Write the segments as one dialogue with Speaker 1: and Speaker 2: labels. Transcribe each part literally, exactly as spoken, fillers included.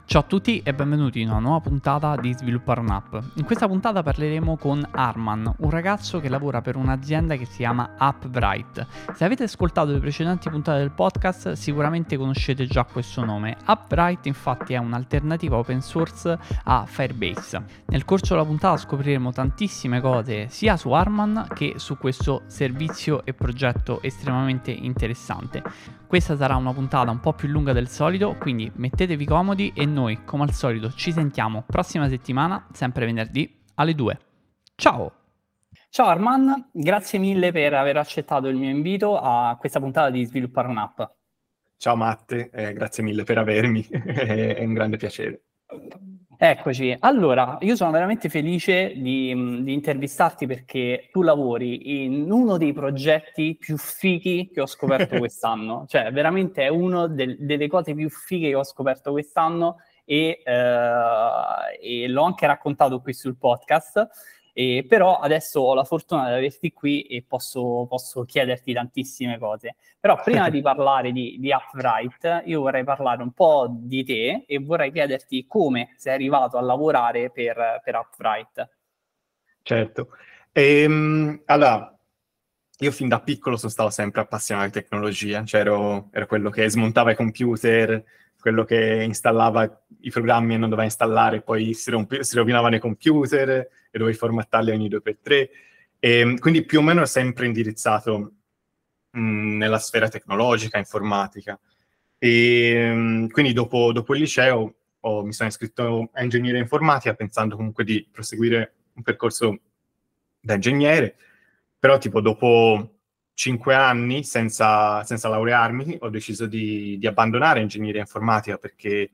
Speaker 1: Ciao a tutti e benvenuti in una nuova puntata di Sviluppare un'app. In questa puntata parleremo con Arman, un ragazzo che lavora per un'azienda che si chiama Appwrite. Se avete ascoltato le precedenti puntate del podcast sicuramente conoscete già questo nome. Appwrite infatti è un'alternativa open source a Firebase. Nel corso della puntata scopriremo tantissime cose sia su Arman che su questo servizio e progetto estremamente interessante. Questa sarà una puntata un po' più lunga del solito, quindi mettetevi comodi e noi, come al solito, ci sentiamo prossima settimana, sempre venerdì, alle due. Ciao!
Speaker 2: Ciao Arman, grazie mille per aver accettato il mio invito a questa puntata di Sviluppare un'app.
Speaker 3: Ciao Matte, eh, grazie mille per avermi, è un grande piacere.
Speaker 2: Eccoci, allora io sono veramente felice di, di intervistarti perché tu lavori in uno dei progetti più fighi che ho scoperto quest'anno, cioè veramente è una del, delle cose più fighe che ho scoperto quest'anno e, eh, e l'ho anche raccontato qui sul podcast. E però adesso ho la fortuna di averti qui e posso, posso chiederti tantissime cose. Però prima di parlare di, di Appwrite, io vorrei parlare un po' di te e vorrei chiederti come sei arrivato a lavorare per, per Appwrite.
Speaker 3: Certo. Ehm, allora, io fin da piccolo sono stato sempre appassionato di tecnologia, cioè ero, ero quello che smontava i computer, quello che installava i programmi e non doveva installare, poi si, rompe, si rovinavano i computer e dovevi formattarli ogni due per tre. E quindi più o meno ero sempre indirizzato mh, nella sfera tecnologica, informatica. E mh, quindi dopo, dopo il liceo ho, mi sono iscritto a ingegneria informatica pensando comunque di proseguire un percorso da ingegnere, però tipo dopo cinque anni senza, senza laurearmi ho deciso di, di abbandonare ingegneria informatica perché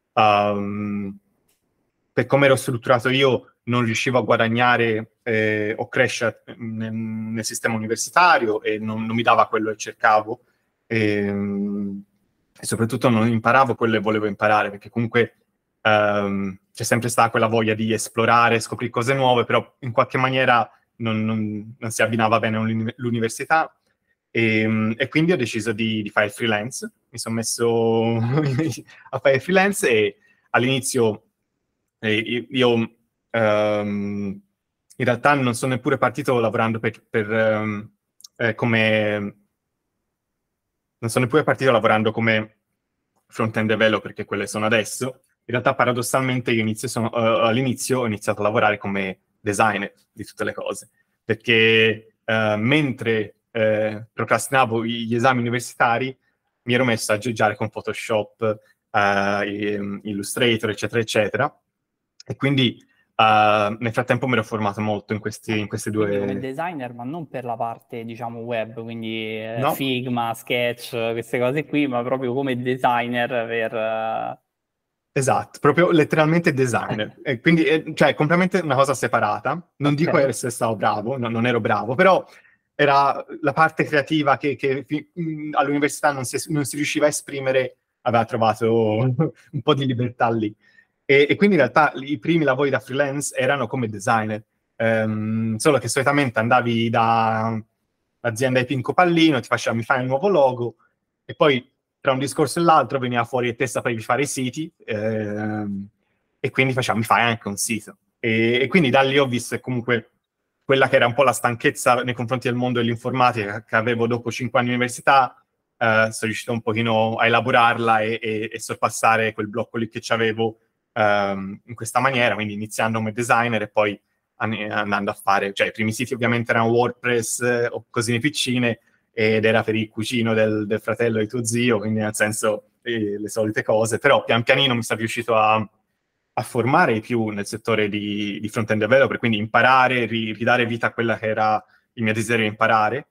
Speaker 3: um, per come ero strutturato io non riuscivo a guadagnare eh, o crescere nel, nel sistema universitario e non, non mi dava quello che cercavo e, e soprattutto non imparavo quello che volevo imparare perché comunque um, c'è sempre stata quella voglia di esplorare, scoprire cose nuove, però in qualche maniera non, non, non si abbinava bene all'università e, e quindi ho deciso di, di fare freelance. Mi sono messo a fare freelance e all'inizio eh, io um, in realtà non sono neppure partito lavorando per, per um, eh, come non sono neppure partito lavorando come front-end developer, perché quelle sono adesso. In realtà paradossalmente io inizio, sono, uh, all'inizio ho iniziato a lavorare come designer di tutte le cose, perché uh, mentre uh, procrastinavo gli esami universitari mi ero messo a aggeggiare con Photoshop, uh, Illustrator, eccetera, eccetera, e quindi uh, nel frattempo mi ero formato molto in questi, in queste due...
Speaker 2: Quindi come designer, ma non per la parte, diciamo, web, quindi eh,
Speaker 3: no.
Speaker 2: Figma, Sketch, queste cose qui, ma proprio come designer per... Uh...
Speaker 3: Esatto, proprio letteralmente designer. E quindi, eh, cioè, è completamente una cosa separata. Non
Speaker 2: Okay.
Speaker 3: dico essere stato bravo, no, non ero bravo, però era la parte creativa che, che mh, all'università non si, non si riusciva a esprimere, aveva trovato un po' di libertà lì. E, e quindi in realtà i primi lavori da freelance erano come designer, um, solo che solitamente andavi da l'azienda di Pinco Pallino, ti faceva mi fai un nuovo logo, e poi tra un discorso e l'altro veniva fuori e te sapevi fare i siti, ehm, e quindi facciamo, mi fai anche un sito. E, e quindi da lì ho visto comunque quella che era un po' la stanchezza nei confronti del mondo dell'informatica che avevo dopo cinque anni di università, eh, sono riuscito un pochino a elaborarla e, e, e sorpassare quel blocco lì che c'avevo ehm, in questa maniera, quindi iniziando come designer e poi an- andando a fare, cioè i primi siti ovviamente erano WordPress eh, o cosine piccine, ed era per il cugino del, del fratello di tuo zio, quindi nel senso eh, le solite cose, però pian pianino mi sono riuscito a, a formare più nel settore di, di front-end developer, quindi imparare, ri, ridare vita a quella che era il mio desiderio di imparare,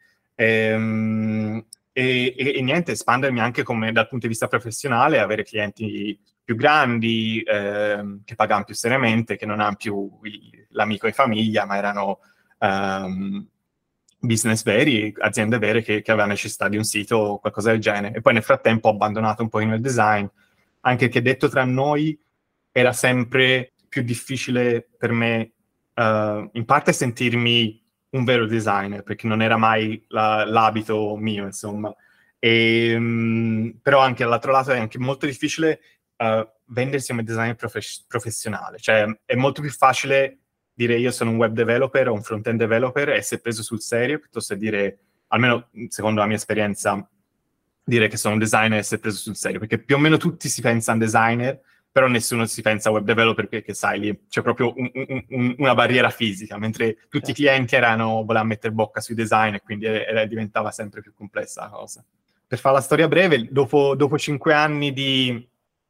Speaker 3: ehm, e, e, e niente, espandermi anche come dal punto di vista professionale, avere clienti più grandi, ehm, che pagavano più seriamente, che non hanno più il, l'amico e famiglia, ma erano... Um, business veri, aziende vere che, che avevano necessità di un sito o qualcosa del genere. E poi nel frattempo ho abbandonato un po' il design, anche che detto tra noi era sempre più difficile per me uh, in parte sentirmi un vero designer, perché non era mai la, l'abito mio, insomma. E, um, però anche dall'altro lato è anche molto difficile uh, vendersi come designer profe- professionale. Cioè, è molto più facile dire io sono un web developer o un front-end developer e essere preso sul serio, piuttosto che dire, almeno secondo la mia esperienza, dire che sono un designer e essere preso sul serio, perché più o meno tutti si pensano designer, però nessuno si pensa web developer, perché sai, lì c'è proprio un, un, un, una barriera fisica, mentre tutti i clienti erano, volevano mettere bocca sui design, e quindi era, diventava sempre più complessa la cosa. Per fare la storia breve, dopo, dopo cinque anni di,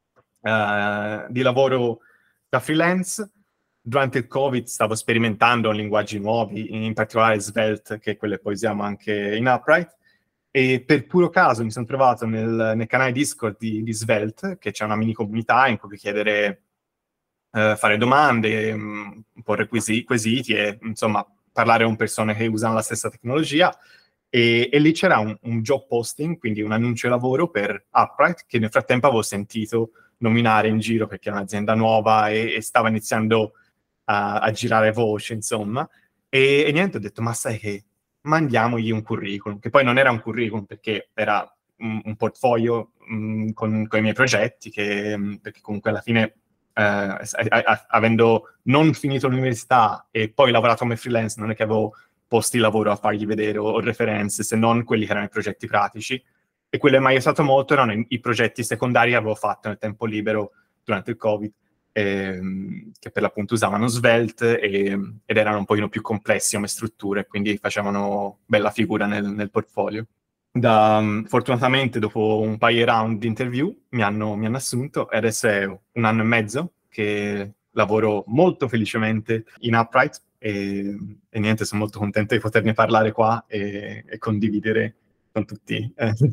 Speaker 3: uh, di lavoro da freelance, durante il Covid stavo sperimentando linguaggi nuovi, in particolare Svelte, che è quello che poi usiamo anche in Upright, e per puro caso mi sono trovato nel, nel canale Discord di, di Svelte, che c'è una mini comunità in cui puoi chiedere, eh, fare domande, um, un po' requisiti, quesiti e insomma parlare con persone che usano la stessa tecnologia. E, e lì c'era un, un job posting, quindi un annuncio di lavoro per Upright, che nel frattempo avevo sentito nominare in giro perché è un'azienda nuova e, e stava iniziando a, a girare voce, insomma. E, e niente, ho detto, ma sai che... mandiamogli un curriculum, che poi non era un curriculum perché era un, un portfolio mh, con, con i miei progetti, che, mh, perché comunque alla fine, eh, a, a, avendo non finito l'università e poi lavorato come freelance, non è che avevo posti di lavoro a fargli vedere o, o referenze, se non quelli che erano i progetti pratici. E quello che mi ha aiutato molto erano i, i progetti secondari che avevo fatto nel tempo libero durante il Covid, Ehm, che per l'appunto usavano Svelte e, ed erano un pochino più complessi come strutture, quindi facevano bella figura nel, nel portfolio. Da, fortunatamente dopo un paio di round di interview mi hanno, mi hanno assunto e adesso è un anno e mezzo che lavoro molto felicemente in Upright e, e niente, sono molto contento di poterne parlare qua e, e condividere con tutti.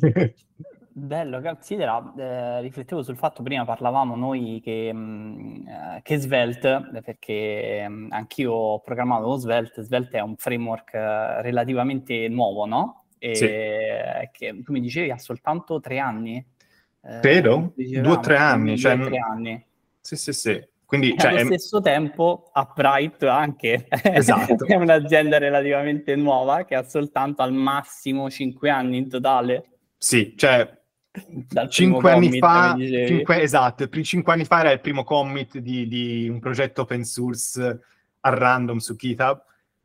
Speaker 2: Bello, considera, eh, riflettevo sul fatto, prima parlavamo noi che, mh, eh, che Svelte, perché mh, anch'io ho programmato con Svelte. Svelte è un framework eh, relativamente nuovo, no? E
Speaker 3: Sì.
Speaker 2: che tu mi dicevi ha soltanto tre anni?
Speaker 3: Credo,
Speaker 2: Eh,
Speaker 3: due o tre anni. Cioè,
Speaker 2: due, tre anni.
Speaker 3: Sì, sì, sì. Quindi,
Speaker 2: E
Speaker 3: cioè,
Speaker 2: allo
Speaker 3: è...
Speaker 2: stesso tempo Upright anche
Speaker 3: Esatto.
Speaker 2: è un'azienda relativamente nuova che ha soltanto al massimo cinque anni in totale.
Speaker 3: Sì, cioè,
Speaker 2: Dal primo
Speaker 3: cinque anni
Speaker 2: commit, mi
Speaker 3: fa,
Speaker 2: dicevi.
Speaker 3: cinque, esatto, pri- cinque anni fa era il primo commit di, di un progetto open source a random su GitHub.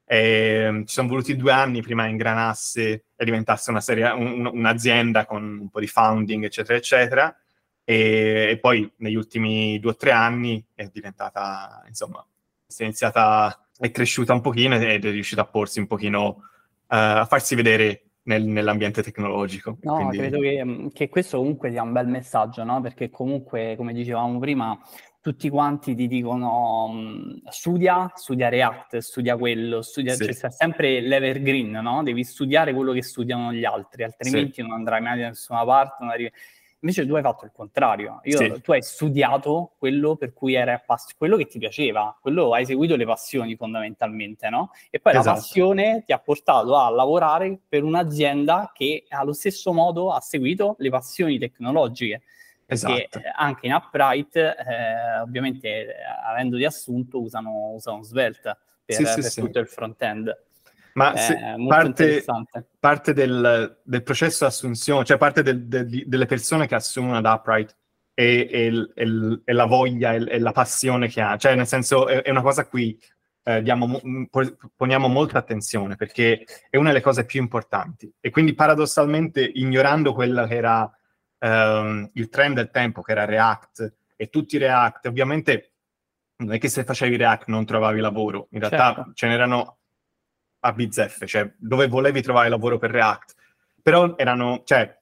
Speaker 3: E ci sono voluti due anni prima che ingranasse e diventasse una serie, un, un'azienda con un po' di founding, eccetera, eccetera. E, e poi negli ultimi due o tre anni è diventata, insomma, si è iniziata, è cresciuta un pochino ed è riuscita a porsi un pochino, uh, a farsi vedere nel, nell'ambiente tecnologico.
Speaker 2: No,
Speaker 3: Quindi...
Speaker 2: credo che, che questo comunque sia un bel messaggio, no? Perché comunque, come dicevamo prima, tutti quanti ti dicono mh, studia, studia React, studia quello, studia,
Speaker 3: Sì.
Speaker 2: cioè sta sempre l'evergreen, no? Devi studiare quello che studiano gli altri, altrimenti
Speaker 3: Sì.
Speaker 2: non andrai mai da nessuna parte. Non arrivi... Invece tu hai fatto il contrario. Io,
Speaker 3: Sì.
Speaker 2: Tu hai studiato quello per cui eri appassionato, quello che ti piaceva, quello hai seguito le passioni fondamentalmente, no? E poi
Speaker 3: Esatto.
Speaker 2: la passione ti ha portato a lavorare per un'azienda che allo stesso modo ha seguito le passioni tecnologiche. Perché
Speaker 3: Esatto.
Speaker 2: anche in Upright, eh, ovviamente, eh, avendoti assunto, usano, usano Svelte per,
Speaker 3: Sì, sì,
Speaker 2: per
Speaker 3: sì.
Speaker 2: tutto il front-end.
Speaker 3: Ma
Speaker 2: È
Speaker 3: se
Speaker 2: molto
Speaker 3: parte,
Speaker 2: interessante.
Speaker 3: parte del, del processo di assunzione, cioè parte del, del, delle persone che assumono ad Upright e, e, e, e la voglia e, e la passione che ha, cioè nel senso è, è una cosa a cui eh, diamo, poniamo molta attenzione perché è una delle cose più importanti e quindi paradossalmente ignorando quello che era um, il trend del tempo, che era React e tutti i React, ovviamente non è che se facevi React non trovavi lavoro, in realtà
Speaker 2: Certo.
Speaker 3: ce n'erano a bizzeffe, cioè dove volevi trovare lavoro per React, però erano, cioè,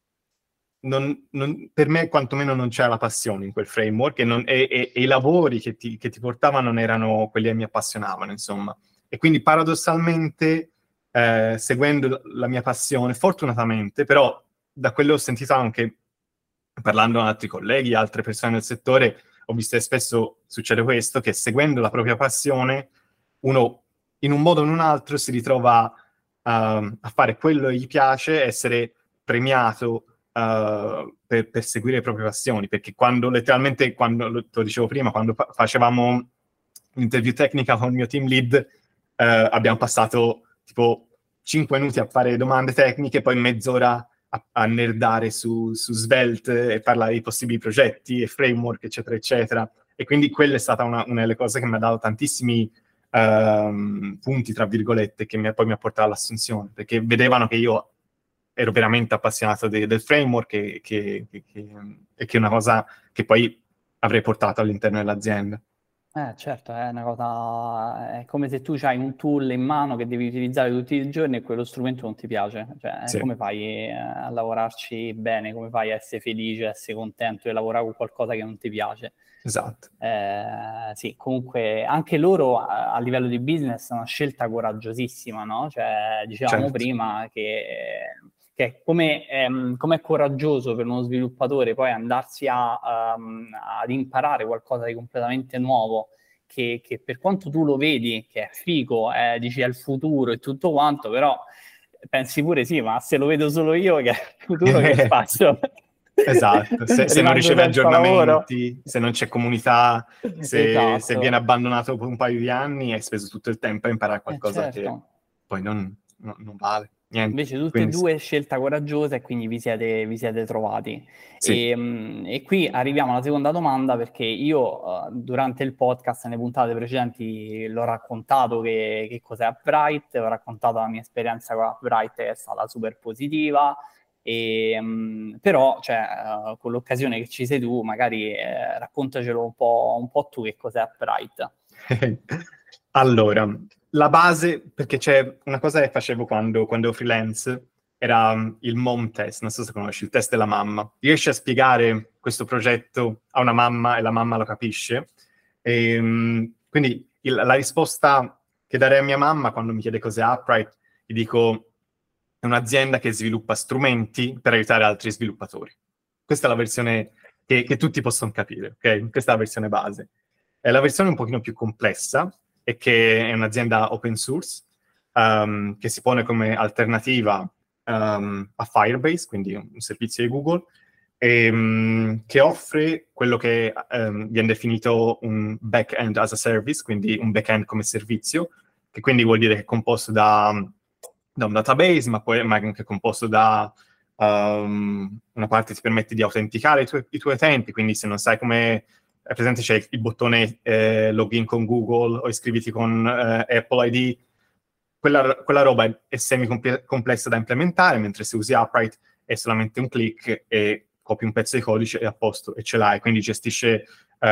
Speaker 3: non, non, per me quantomeno non c'era la passione in quel framework e, non, e, e, e i lavori che ti, che ti portavano non erano quelli che mi appassionavano, insomma. E quindi paradossalmente, eh, seguendo la mia passione, fortunatamente, però da quello ho sentito anche, parlando con altri colleghi, altre persone del settore, ho visto che spesso succede questo, che seguendo la propria passione, uno in un modo o in un altro si ritrova uh, a fare quello che gli piace, essere premiato uh, per, per seguire le proprie passioni, perché quando letteralmente, quando lo, lo dicevo prima, quando fa- facevamo l'interview tecnica con il mio team lead, uh, abbiamo passato tipo cinque minuti a fare domande tecniche, poi mezz'ora a, a nerdare su, su Svelte e parlare di possibili progetti e framework, eccetera, eccetera. E quindi quella è stata una, una delle cose che mi ha dato tantissimi um, punti, tra virgolette, che mi, poi mi ha portato all'assunzione, perché vedevano che io ero veramente appassionato de, del framework e che, che, che, che è una cosa che poi avrei portato all'interno dell'azienda.
Speaker 2: Eh, certo, è una cosa, è come se tu hai un tool in mano che devi utilizzare tutti i giorni e quello strumento non ti piace, cioè
Speaker 3: Sì.
Speaker 2: come fai a lavorarci bene, come fai a essere felice, a essere contento di lavorare con qualcosa che non ti piace?
Speaker 3: Esatto.
Speaker 2: Eh, sì, comunque anche loro a, a livello di business è una scelta coraggiosissima, no? Cioè, dicevamo
Speaker 3: Certo.
Speaker 2: prima che, che come, ehm, come è coraggioso per uno sviluppatore poi andarsi a, um, ad imparare qualcosa di completamente nuovo, che, che per quanto tu lo vedi che è figo, eh, dici è il futuro e tutto quanto, però pensi pure sì, ma se lo vedo solo io che è il futuro che faccio?
Speaker 3: Esatto, se, se non riceve aggiornamenti, se non c'è comunità, se,
Speaker 2: esatto.
Speaker 3: se viene abbandonato per un paio di anni, hai speso tutto il tempo a imparare qualcosa
Speaker 2: eh, certo.
Speaker 3: che poi non, non, non vale niente.
Speaker 2: Invece tutte
Speaker 3: Quindi,
Speaker 2: e due scelta coraggiosa e quindi vi siete, vi siete trovati.
Speaker 3: Sì.
Speaker 2: E, um, e qui arriviamo alla seconda domanda, perché io uh, durante il podcast, nelle puntate precedenti, l'ho raccontato che, che cos'è Upbright, ho raccontato la mia esperienza con Upbright, che è stata super positiva. E, um, però, cioè, uh, con l'occasione che ci sei tu, magari eh, raccontacelo un po', un po' tu che cos'è Upbright.
Speaker 3: Allora, la base, perché c'è una cosa che facevo quando, quando ero freelance, era um, il mom test, non so se conosci, il test della mamma. Riesci a spiegare questo progetto a una mamma e la mamma lo capisce. E, um, quindi il, la risposta che darei a mia mamma quando mi chiede cos'è Upbright, gli dico: è un'azienda che sviluppa strumenti per aiutare altri sviluppatori. Questa è la versione che, che tutti possono capire, ok? Questa è la versione base. È la versione un pochino più complessa, è che è un'azienda open source, um, che si pone come alternativa um, a Firebase, quindi un servizio di Google, e, um, che offre quello che um, viene definito un back-end as a service, quindi un back-end come servizio, che quindi vuol dire che è composto da, da un database, ma poi ma anche composto da um, una parte che ti permette di autenticare i tuoi, i tuoi utenti, quindi se non sai come... È presente, c'è il bottone eh, login con Google o iscriviti con eh, Apple I D, quella, quella roba è, è semi-complessa da implementare, mentre se usi Upbright è solamente un click e copi un pezzo di codice e a posto, e ce l'hai. Quindi gestisce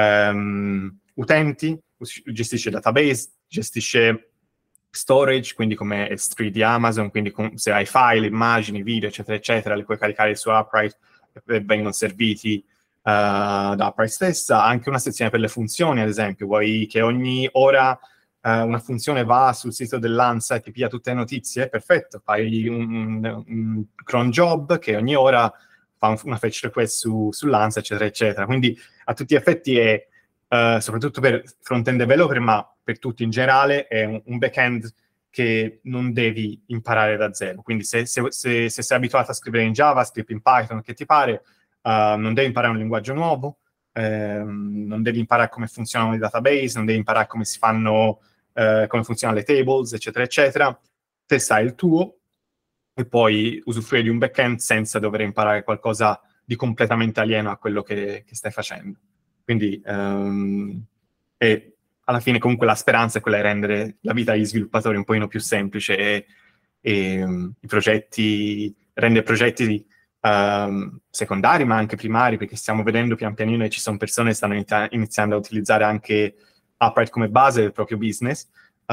Speaker 3: um, utenti, gestisce database, gestisce storage, quindi come S tre di Amazon, quindi com- se hai file, immagini, video, eccetera, eccetera, li puoi caricare su Upbright e vengono serviti Uh, da Upbright stessa. Anche una sezione per le funzioni, ad esempio, vuoi che ogni ora uh, una funzione va sul sito dell'ANSA e ti piglia tutte le notizie? Perfetto, fai un, un, un cron job che ogni ora fa un, una fetch request su, sull'ANSA, eccetera, eccetera. Quindi a tutti gli effetti è, uh, soprattutto per front-end developer, ma per tutti in generale, è un, un back-end che non devi imparare da zero. Quindi se, se, se, se sei abituato a scrivere in JavaScript, in Python, che ti pare, Uh, non devi imparare un linguaggio nuovo, ehm, non devi imparare come funzionano i database, non devi imparare come si fanno, uh, come funzionano le tables, eccetera, eccetera. Te sai il tuo e puoi usufruire di un backend senza dover imparare qualcosa di completamente alieno a quello che, che stai facendo. Quindi, um, e alla fine comunque la speranza è quella di rendere la vita degli sviluppatori un pochino più semplice e, e um, i progetti, rendere progetti di Um, secondari ma anche primari, perché stiamo vedendo pian pianino che ci sono persone che stanno inizia- iniziando a utilizzare anche Upbright come base del proprio business,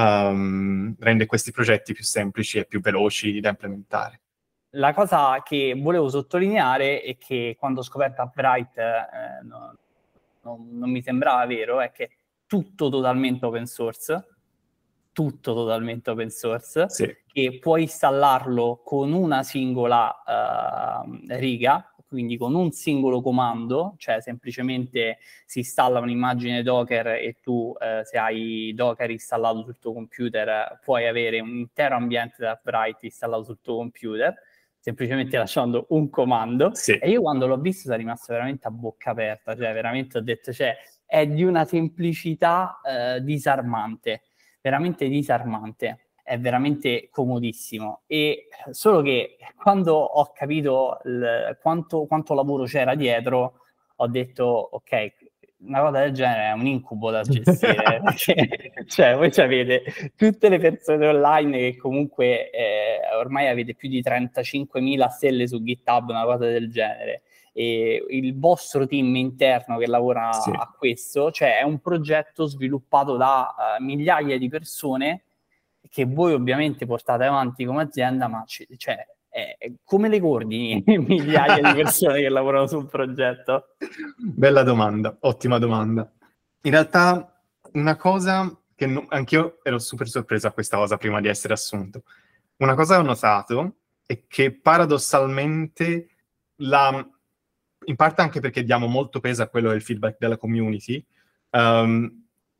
Speaker 3: um, rende questi progetti più semplici e più veloci da implementare.
Speaker 2: La cosa che volevo sottolineare è che quando ho scoperto Upbright eh, non, non, non mi sembrava vero, è che è tutto totalmente open source, tutto totalmente open source,
Speaker 3: sì.
Speaker 2: che puoi installarlo con una singola uh, riga, quindi con un singolo comando, cioè semplicemente si installa un'immagine Docker e tu, uh, se hai Docker installato sul tuo computer, puoi avere un intero ambiente da Upbright installato sul tuo computer, semplicemente lasciando un comando.
Speaker 3: Sì.
Speaker 2: E io quando l'ho visto sono rimasto veramente a bocca aperta, cioè veramente ho detto, cioè, è di una semplicità uh, disarmante. Veramente disarmante. è veramente comodissimo. E solo che quando ho capito il, quanto, quanto lavoro c'era dietro, ho detto, ok, una cosa del genere è un incubo da gestire, perché cioè, voi avete tutte le persone online che comunque eh, ormai avete più di trentacinquemila stelle su GitHub, una cosa del genere, e il vostro team interno che lavora
Speaker 3: Sì.
Speaker 2: a questo, cioè è un progetto sviluppato da uh, migliaia di persone che voi ovviamente portate avanti come azienda, ma c- cioè, eh, come le coordini migliaia di persone che lavorano sul progetto?
Speaker 3: Bella domanda, ottima domanda. In realtà una cosa che no, anch'io ero super sorpreso a questa cosa prima di essere assunto. Una cosa che ho notato è che paradossalmente, la, in parte anche perché diamo molto peso a quello del feedback della community, um,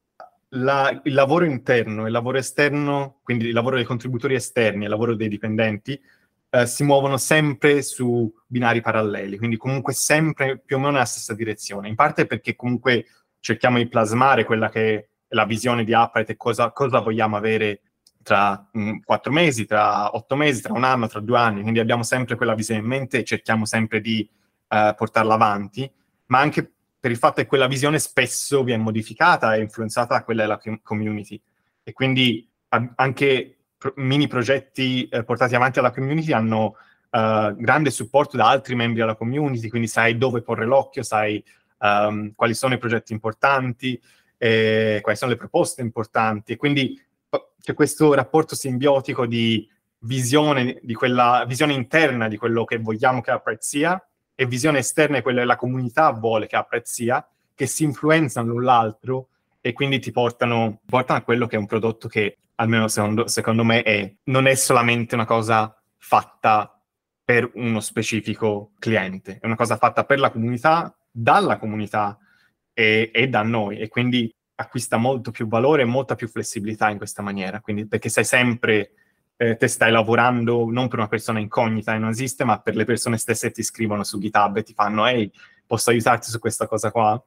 Speaker 3: la, il lavoro interno e il lavoro esterno, quindi il lavoro dei contributori esterni e il lavoro dei dipendenti, eh, si muovono sempre su binari paralleli, quindi comunque sempre più o meno nella stessa direzione. In parte perché comunque cerchiamo di plasmare quella che è la visione di Upright e cosa, cosa vogliamo avere tra mh, quattro mesi, tra otto mesi, tra un anno, tra due anni. Quindi abbiamo sempre quella visione in mente e cerchiamo sempre di uh, portarla avanti, ma anche per il fatto che quella visione spesso viene modificata e influenzata da quella della community. E quindi a- anche pro- mini progetti eh, portati avanti dalla community hanno uh, grande supporto da altri membri della community, quindi sai dove porre l'occhio, sai um, quali sono i progetti importanti, eh, quali sono le proposte importanti. E quindi c'è questo rapporto simbiotico di visione, di quella visione interna di quello che vogliamo che Upright sia, e visione esterna di quello che la comunità vuole che Upright sia, che si influenzano l'un l'altro e quindi ti portano, portano a quello che è un prodotto che, almeno secondo, secondo me, è, non è solamente una cosa fatta per uno specifico cliente, è una cosa fatta per la comunità, dalla comunità e, e da noi, e quindi acquista molto più valore e molta più flessibilità in questa maniera, quindi perché sai sempre, eh, te stai lavorando non per una persona incognita e non esiste, ma per le persone stesse che ti scrivono su GitHub e ti fanno ehi, posso aiutarti su questa cosa qua?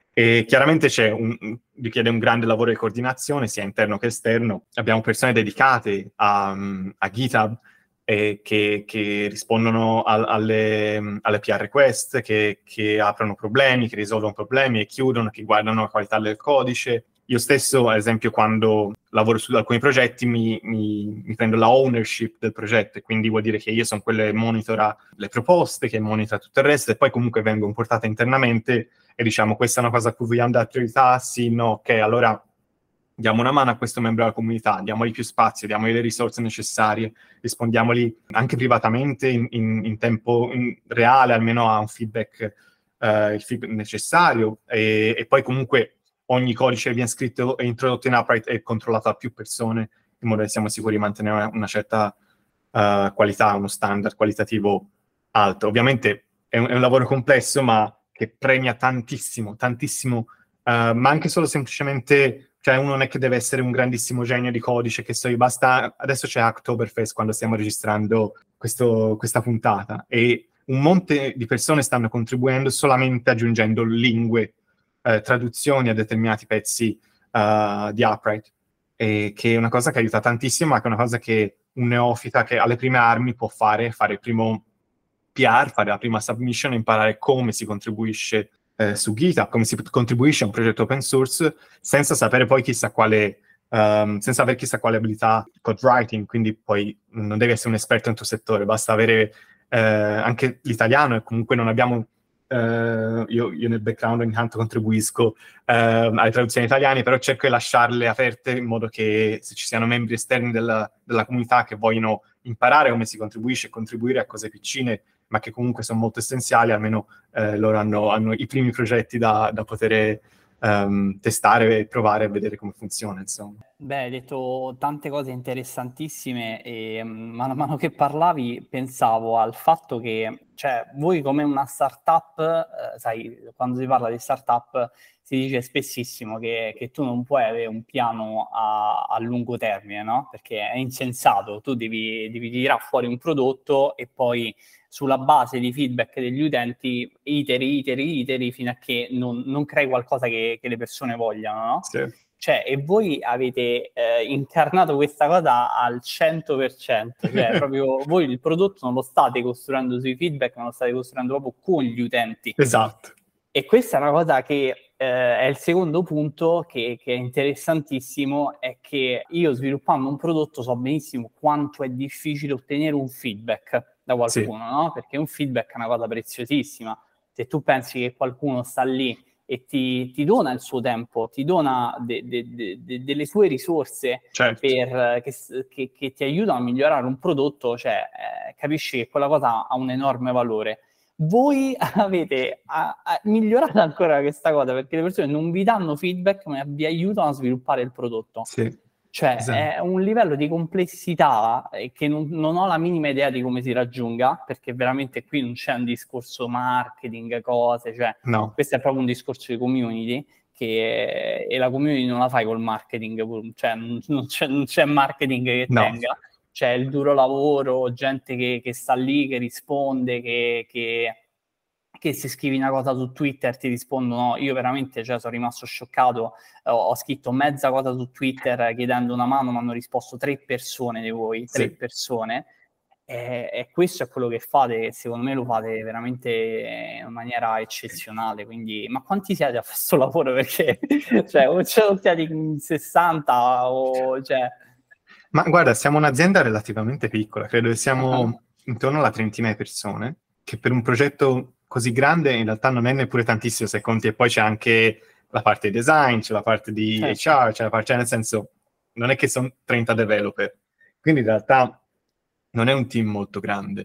Speaker 3: E chiaramente c'è un, richiede un grande lavoro di coordinazione sia interno che esterno. Abbiamo persone dedicate a, a GitHub eh, che, che rispondono a, alle, alle P R request, che, che aprono problemi, che risolvono problemi e chiudono, che guardano la qualità del codice. Io stesso, ad esempio, quando lavoro su alcuni progetti mi, mi, mi prendo la ownership del progetto, e quindi vuol dire che io sono quello che monitora le proposte, che monitora tutto il resto, e poi comunque vengono portate internamente e diciamo questa è una cosa a cui vogliamo dare priorità, sì, no, ok, allora diamo una mano a questo membro della comunità, diamogli più spazio, diamogli le risorse necessarie, rispondiamogli anche privatamente in, in, in tempo in reale, almeno a un feedback, uh, il feedback necessario, e, e poi comunque ogni codice che viene scritto e introdotto in Upright è controllato da più persone, in modo che siamo sicuri di mantenere una, una certa uh, qualità, uno standard qualitativo alto. Ovviamente è un, è un lavoro complesso, ma che premia tantissimo, tantissimo, uh, ma anche solo semplicemente, cioè uno non è che deve essere un grandissimo genio di codice, che so io, basta, adesso c'è Hacktoberfest quando stiamo registrando questo, questa puntata, e un monte di persone stanno contribuendo solamente aggiungendo lingue, eh, traduzioni a determinati pezzi uh, di Upright, e che è una cosa che aiuta tantissimo, ma che è una cosa che un neofita che alle prime armi può fare, fare il primo P R, fare la prima submission, imparare come si contribuisce eh, su GitHub, come si contribuisce a un progetto open source, senza sapere poi chissà quale, um, senza avere chissà quale abilità code writing, quindi poi non devi essere un esperto in tuo settore, basta avere eh, anche l'italiano, e comunque non abbiamo, eh, io, io nel background ogni tanto contribuisco eh, alle traduzioni italiane, però cerco di lasciarle aperte in modo che se ci siano membri esterni della, della comunità che vogliono imparare come si contribuisce e contribuire a cose piccine, ma che comunque sono molto essenziali, almeno eh, loro hanno, hanno i primi progetti da, da poter um, testare e provare a vedere come funziona, insomma.
Speaker 2: Beh, hai detto tante cose interessantissime e mano a mano che parlavi pensavo al fatto che, cioè, voi come una startup, eh, sai, quando si parla di startup si dice spessissimo che, che tu non puoi avere un piano a, a lungo termine, no? Perché è insensato, tu devi, devi tirare fuori un prodotto e poi sulla base di feedback degli utenti iteri, iteri, iteri fino a che non, non crei qualcosa che, che le persone vogliano, no?
Speaker 3: Sì.
Speaker 2: cioè, e voi avete eh, incarnato questa cosa al cento per cento, cioè proprio voi il prodotto non lo state costruendo sui feedback, ma lo state costruendo proprio con gli utenti.
Speaker 3: Esatto.
Speaker 2: E questa è una cosa che eh, è il secondo punto che, che è interessantissimo, è che io sviluppando un prodotto so benissimo quanto è difficile ottenere un feedback da qualcuno,
Speaker 3: Sì.
Speaker 2: no? Perché un feedback è una cosa preziosissima. Se tu pensi che qualcuno sta lì e ti, ti dona il suo tempo, ti dona de, de, de, de, delle sue risorse
Speaker 3: Certo.
Speaker 2: per, che, che, che ti aiutano a migliorare un prodotto, cioè eh, capisci che quella cosa ha un enorme valore. Voi avete a, a, migliorato ancora questa cosa, perché le persone non vi danno feedback, ma vi aiutano a sviluppare il prodotto.
Speaker 3: Sì.
Speaker 2: Cioè
Speaker 3: Esatto.
Speaker 2: è un livello di complessità che non, non ho la minima idea di come si raggiunga, perché veramente qui non c'è un discorso marketing, cose, cioè
Speaker 3: No.
Speaker 2: questo è proprio un discorso di community, che, e la community non la fai col marketing, cioè non c'è, non c'è marketing che
Speaker 3: No.
Speaker 2: tenga, c'è il duro lavoro, gente che, che sta lì, che risponde, che... che che se scrivi una cosa su Twitter ti rispondono, io veramente cioè, sono rimasto scioccato, ho, ho scritto mezza cosa su Twitter chiedendo una mano, mi hanno risposto tre persone di voi, tre
Speaker 3: Sì.
Speaker 2: persone, e, e questo è quello che fate, e secondo me lo fate veramente in maniera eccezionale, quindi, ma quanti siete a questo lavoro? Perché, cioè, o ce lo siete in sessanta o, cioè...
Speaker 3: Ma guarda, siamo un'azienda relativamente piccola, credo che siamo
Speaker 2: Uh-huh.
Speaker 3: intorno alla trentina di persone, che per un progetto così grande in realtà non è neppure tantissimo se conti, e poi c'è anche la parte di design, c'è la parte di
Speaker 2: Certo.
Speaker 3: H R, c'è la parte, cioè nel senso, non è che sono trenta developer, quindi in realtà non è un team molto grande,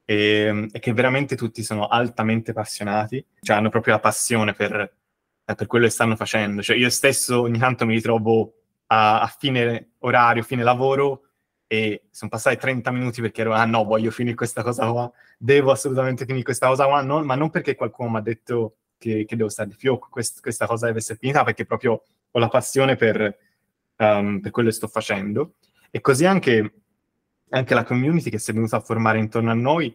Speaker 3: e, e che veramente tutti sono altamente appassionati, cioè hanno proprio la passione per, per quello che stanno facendo. Cioè io stesso ogni tanto mi ritrovo a, a fine orario, fine lavoro, e sono passati trenta minuti perché ero, ah no, voglio finire questa cosa qua, devo assolutamente finire questa cosa qua, non, ma non perché qualcuno mi ha detto che, che devo stare di più, quest, questa cosa deve essere finita, perché proprio ho la passione per, um, per quello che sto facendo. E così anche, anche la community che si è venuta a formare intorno a noi,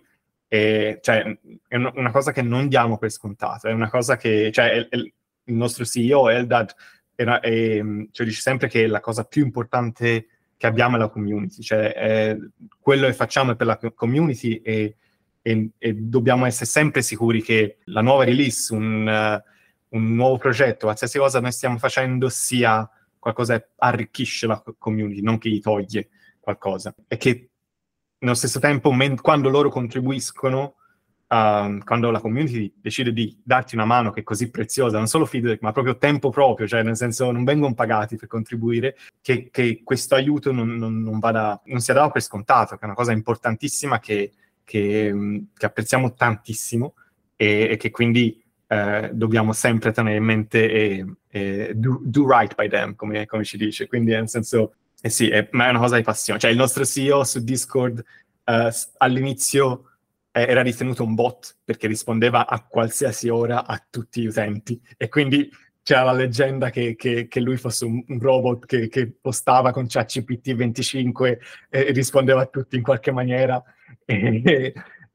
Speaker 3: è, cioè, è una cosa che non diamo per scontato, è una cosa che, cioè, è, è, il nostro C E O, Eldad, era, è, cioè, dice sempre che la cosa più importante che abbiamo è la community, cioè è, quello che facciamo è per la community, e, e, e dobbiamo essere sempre sicuri che la nuova release, un, uh, un nuovo progetto, qualsiasi cosa noi stiamo facendo sia qualcosa che arricchisce la community, non che gli toglie qualcosa. E che nello stesso tempo, men- quando loro contribuiscono, uh, quando la community decide di darti una mano che è così preziosa, non solo feedback, ma proprio tempo proprio, cioè nel senso non vengono pagati per contribuire, che, che questo aiuto non, non, non, vada, non sia dato per scontato, che è una cosa importantissima che, che, che apprezziamo tantissimo, e, e che quindi eh, dobbiamo sempre tenere in mente e, e do, do right by them, come, come ci dice. Quindi nel senso... Eh sì, è, ma è una cosa di passione. Cioè il nostro C E O su Discord uh, all'inizio eh, era ritenuto un bot perché rispondeva a qualsiasi ora a tutti gli utenti, e quindi c'era la leggenda che, che, che lui fosse un, un robot che, che postava con ChatGPT venticinque e rispondeva a tutti in qualche maniera. E, e,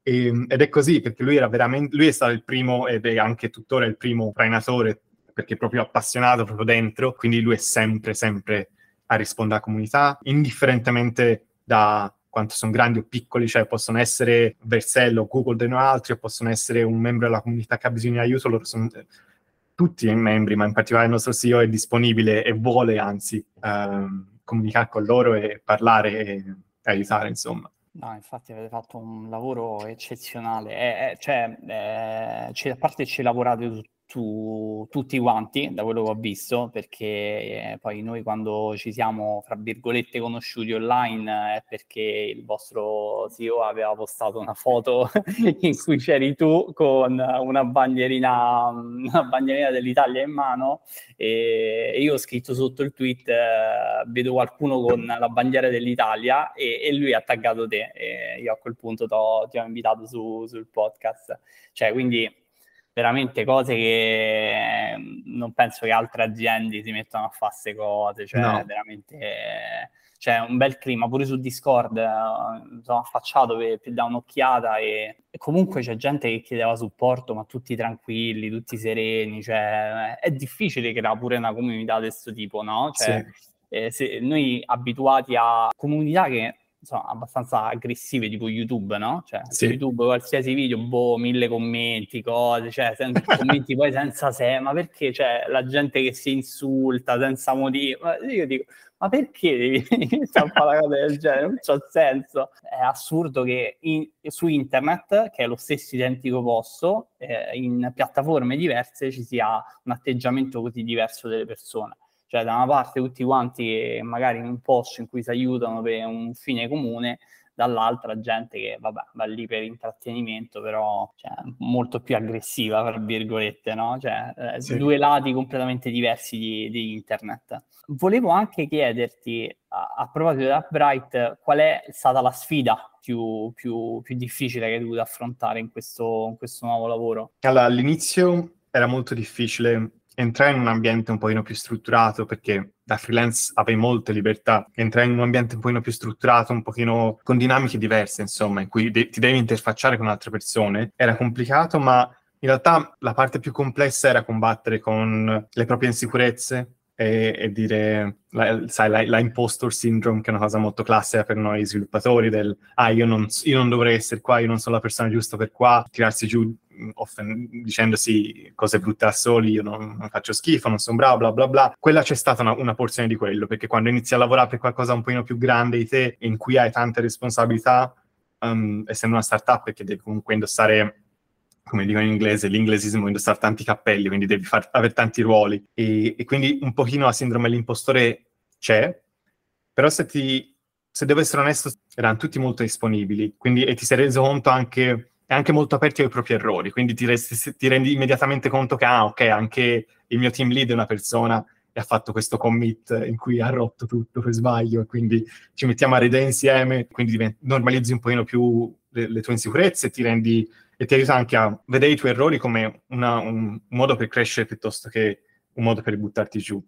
Speaker 3: ed è così, perché lui era veramente, lui è stato il primo, ed è anche tuttora il primo trainatore, perché è proprio appassionato proprio dentro, quindi lui è sempre, sempre a rispondere alla comunità, indifferentemente da quanto sono grandi o piccoli, cioè possono essere Vercel o Google dei noi altri, o possono essere un membro della comunità che ha bisogno di aiuto. Loro sono tutti i membri, ma in particolare il nostro C E O è disponibile e vuole anzi ehm, comunicare con loro e parlare e, e aiutare, insomma.
Speaker 2: No, infatti avete fatto un lavoro eccezionale, eh, eh, cioè, eh, a parte ci lavorate tu, tu, tutti quanti, da quello che ho visto, perché eh, poi noi quando ci siamo, fra virgolette, conosciuti online, è perché il vostro C E O aveva postato una foto in cui c'eri tu con una bandierina, una bandierina dell'Italia in mano, e io ho scritto sotto il tweet, eh, vedo qualcuno con la bandiera dell'Italia, e, e lui ha taggato te, e io a quel punto ti ho invitato su, sul podcast. Cioè, quindi veramente cose che non penso che altre aziende si mettano a fare queste cose, cioè
Speaker 3: No.
Speaker 2: veramente... c'è un bel clima, pure su Discord eh, sono affacciato per, per dare un'occhiata e, e comunque c'è gente che chiedeva supporto, ma tutti tranquilli, tutti sereni, cioè è difficile creare pure una comunità di questo tipo, no? Cioè,
Speaker 3: Sì.
Speaker 2: eh, se noi abituati a comunità che sono abbastanza aggressive, tipo YouTube, no? Cioè, su
Speaker 3: Sì.
Speaker 2: YouTube qualsiasi video, boh, mille commenti, cose, cioè, sen- commenti poi senza sé, ma perché c'è la gente che si insulta senza motivo? Ma io dico, ma perché devi iniziare a fare una cosa del genere? Non c'ha senso. È assurdo che in- su internet, che è lo stesso identico posto, eh, in piattaforme diverse ci sia un atteggiamento così diverso delle persone. Cioè, da una parte tutti quanti magari in un posto in cui si aiutano per un fine comune, dall'altra gente che, vabbè, va lì per intrattenimento, però cioè, molto più aggressiva, tra virgolette, no? Cioè, eh,
Speaker 3: Sì.
Speaker 2: due lati completamente diversi di, di internet. Volevo anche chiederti, a, a proposito di Upbright, qual è stata la sfida più, più, più difficile che hai dovuto affrontare in questo, in questo nuovo lavoro?
Speaker 3: Allora, all'inizio era molto difficile entrare in un ambiente un pochino più strutturato, perché da freelance avevi molte libertà. Entrare in un ambiente un pochino più strutturato, un pochino con dinamiche diverse, insomma, in cui de- ti devi interfacciare con altre persone, era complicato, ma in realtà la parte più complessa era combattere con le proprie insicurezze e, e dire, la, sai, la, la impostor syndrome, che è una cosa molto classica per noi sviluppatori, del ah, io non, io non dovrei essere qua, io non sono la persona giusta per qua, tirarsi giù offen- dicendosi cose brutte da soli, io non, non faccio schifo, non sono bravo, bla bla bla. Quella c'è stata una, una porzione di quello, perché quando inizi a lavorare per qualcosa un pochino più grande di te, in cui hai tante responsabilità, um, essendo una startup, perché devi comunque indossare, come dicono in inglese, l'inglesismo, indossare tanti cappelli, quindi devi far, avere tanti ruoli. E, e quindi un pochino la sindrome dell'impostore c'è, però se ti, se devo essere onesto, erano tutti molto disponibili, quindi, e ti sei reso conto anche, e anche molto aperti ai propri errori, quindi ti, resti, ti rendi immediatamente conto che, ah, ok, anche il mio team lead è una persona e ha fatto questo commit in cui ha rotto tutto per sbaglio, e quindi ci mettiamo a ridere insieme, quindi divent- normalizzi un pochino più le, le tue insicurezze, ti rendi, e ti aiuta anche a vedere i tuoi errori come una, un, un modo per crescere piuttosto che un modo per buttarti giù.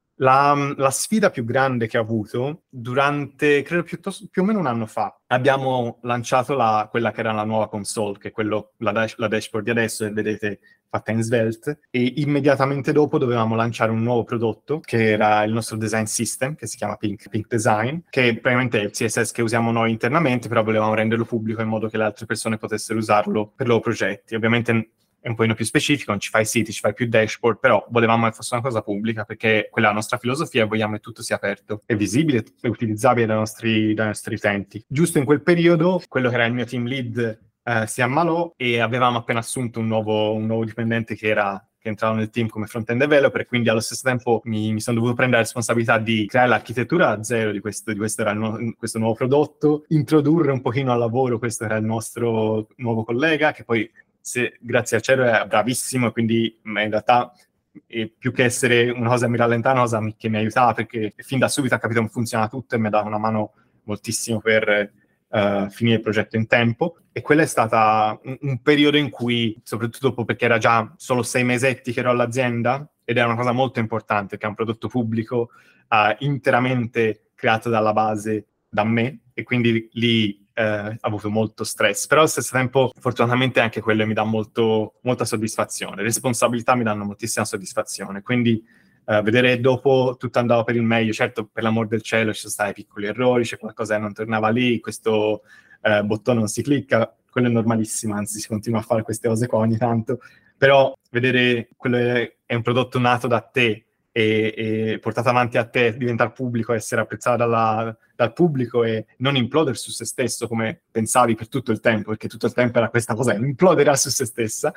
Speaker 3: La, la sfida più grande che ho avuto durante, credo piuttosto, più o meno un anno fa, abbiamo lanciato la, quella che era la nuova console, che è quello, la, dash, la dashboard di adesso, e vedete fatta in Svelte, e immediatamente dopo dovevamo lanciare un nuovo prodotto, che era il nostro design system, che si chiama Pink, Pink Design, che praticamente è il C S S che usiamo noi internamente, però volevamo renderlo pubblico in modo che le altre persone potessero usarlo per i loro progetti. Ovviamente è un pochino più specifico, non ci fai siti, ci fai più dashboard, però volevamo che fosse una cosa pubblica, perché quella è la nostra filosofia e vogliamo che tutto sia aperto, è visibile e utilizzabile dai nostri, dai nostri utenti. Giusto in quel periodo, quello che era il mio team lead eh, si ammalò e avevamo appena assunto un nuovo, un nuovo dipendente che era che entrava nel team come front-end developer, e quindi allo stesso tempo mi, mi sono dovuto prendere la responsabilità di creare l'architettura a zero di questo, di questo, era il no, questo nuovo prodotto, introdurre un pochino al lavoro, questo era il nostro nuovo collega, che poi se, grazie al cielo è bravissimo, e quindi in realtà e più che essere una cosa che mi rallentava, una cosa che mi aiutava, perché fin da subito ha capito come funziona tutto e mi ha dato una mano moltissimo per uh, finire il progetto in tempo. E quello è stato un, un periodo in cui, soprattutto dopo, perché era già solo sei mesetti che ero all'azienda, ed era una cosa molto importante, che è un prodotto pubblico uh, interamente creato dalla base da me, e quindi lì eh, ho avuto molto stress, però allo stesso tempo fortunatamente anche quello mi dà molto, molta soddisfazione, le responsabilità mi danno moltissima soddisfazione, quindi eh, vedere dopo tutto andava per il meglio. Certo, per l'amor del cielo ci sono stati piccoli errori, c'è qualcosa che non tornava lì, questo eh, bottone non si clicca, quello è normalissimo, anzi si continua a fare queste cose qua ogni tanto, però vedere quello è, è un prodotto nato da te e, e portato avanti a te, diventare pubblico, essere apprezzato dalla, dal pubblico e non implodere su se stesso come pensavi per tutto il tempo, perché tutto il tempo era questa cosa, implodere su se stessa,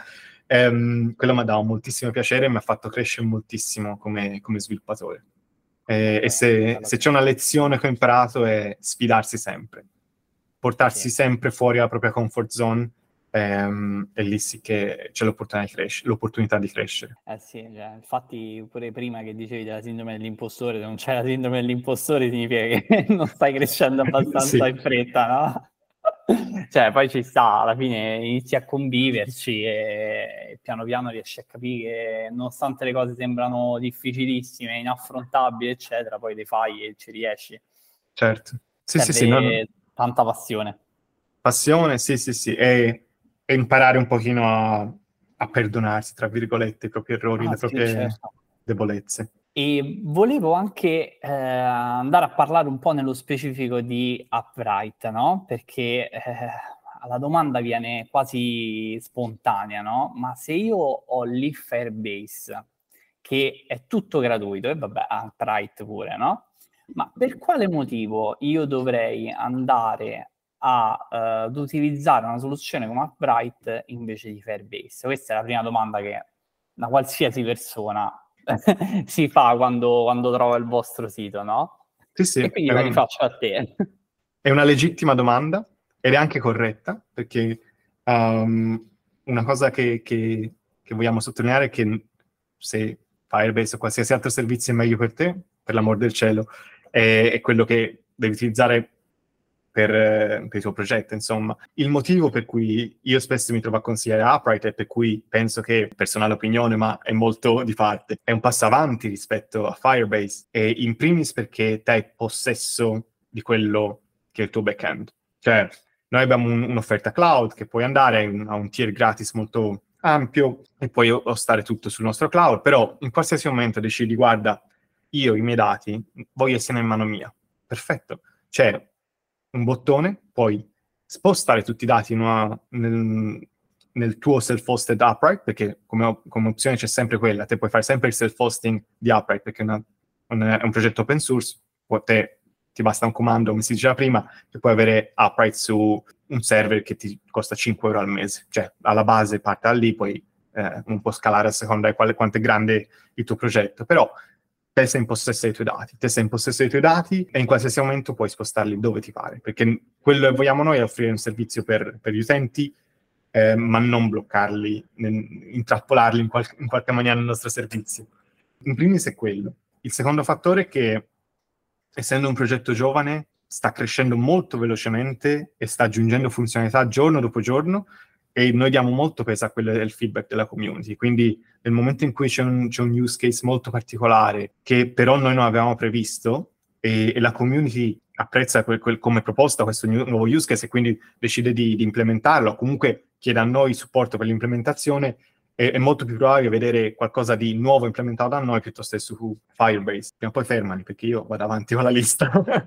Speaker 3: ehm, quello mi ha dato moltissimo piacere e mi ha fatto crescere moltissimo come, come sviluppatore. E, e se, se c'è una lezione che ho imparato è sfidarsi sempre, portarsi
Speaker 2: Sì.
Speaker 3: sempre fuori dalla propria comfort zone, ehm, e lì sì che c'è l'opportunità di, crescere, l'opportunità di crescere.
Speaker 2: Eh sì, cioè, infatti pure prima che dicevi della sindrome dell'impostore, se non c'è la sindrome dell'impostore significa che non stai crescendo abbastanza
Speaker 3: Sì.
Speaker 2: in fretta, no? Cioè, poi ci sta, alla fine inizi a conviverci e piano piano riesci a capire che nonostante le cose sembrano difficilissime, inaffrontabili, eccetera, poi le fai e ci riesci.
Speaker 3: Certo. Sì, sì,
Speaker 2: Serve
Speaker 3: sì, non...
Speaker 2: tanta passione.
Speaker 3: passione, sì, sì, sì, e, e imparare un pochino a, a perdonarsi, tra virgolette, i propri errori,
Speaker 2: Ah
Speaker 3: le
Speaker 2: sì,
Speaker 3: proprie
Speaker 2: certo.
Speaker 3: debolezze.
Speaker 2: E volevo anche eh, andare a parlare un po' nello specifico di Upright, no? Perché eh, la domanda viene quasi spontanea, no? Ma se io ho lì Firebase, che è tutto gratuito, e vabbè, Upright pure, no? Ma per quale motivo io dovrei andare a, eh, ad utilizzare una soluzione come Upright invece di Firebase? Questa è la prima domanda che una qualsiasi persona si fa quando, quando trova il vostro sito, no?
Speaker 3: Sì, sì,
Speaker 2: E quindi
Speaker 3: è
Speaker 2: la
Speaker 3: un-
Speaker 2: rifaccio a te.
Speaker 3: è una legittima domanda ed è anche corretta, perché um, una cosa che, che- che vogliamo sottolineare è che se Firebase o qualsiasi altro servizio è meglio per te, per l'amor del cielo, è, è quello che devi utilizzare per, eh, per il tuo progetto, insomma. Il motivo per cui io spesso mi trovo a consigliare Upright e per cui penso che, personale opinione, ma è molto di parte, è un passo avanti rispetto a Firebase, e in primis perché te hai possesso di quello che è il tuo backend. Cioè, noi abbiamo un, un'offerta cloud che puoi andare a un tier gratis molto ampio e puoi ostare tutto sul nostro cloud, però in qualsiasi momento decidi, guarda, io i miei dati voglio essere in mano mia. Perfetto. C'è un bottone, puoi spostare tutti i dati in una, nel, nel tuo self-hosted Upright, perché come, come opzione c'è sempre quella, te puoi fare sempre il self-hosting di Upright, perché è, una, un, è un progetto open source, te ti basta un comando, come si diceva prima, e puoi avere Upright su un server che ti costa cinque euro al mese. Cioè, alla base parte da lì, poi eh, non può scalare a seconda di quale, quanto è grande il tuo progetto. Però te sei in possesso dei tuoi dati, te sei in possesso dei tuoi dati e in qualsiasi momento puoi spostarli dove ti pare, perché quello che vogliamo noi è offrire un servizio per, per gli utenti, eh, ma non bloccarli, intrappolarli in, qual- in qualche maniera nel nostro servizio. In primis è quello. Il secondo fattore è che, essendo un progetto giovane, sta crescendo molto velocemente e sta aggiungendo funzionalità giorno dopo giorno, e noi diamo molto peso a quello del feedback della community. Quindi nel momento in cui c'è un, c'è un use case molto particolare che però noi non avevamo previsto e, e la community apprezza quel, quel, come proposta questo new, nuovo use case e quindi decide di, di implementarlo, comunque chiede a noi supporto per l'implementazione, è, è molto più probabile vedere qualcosa di nuovo implementato da noi piuttosto che su Firebase. Prima o poi fermali, perché io vado avanti con la lista.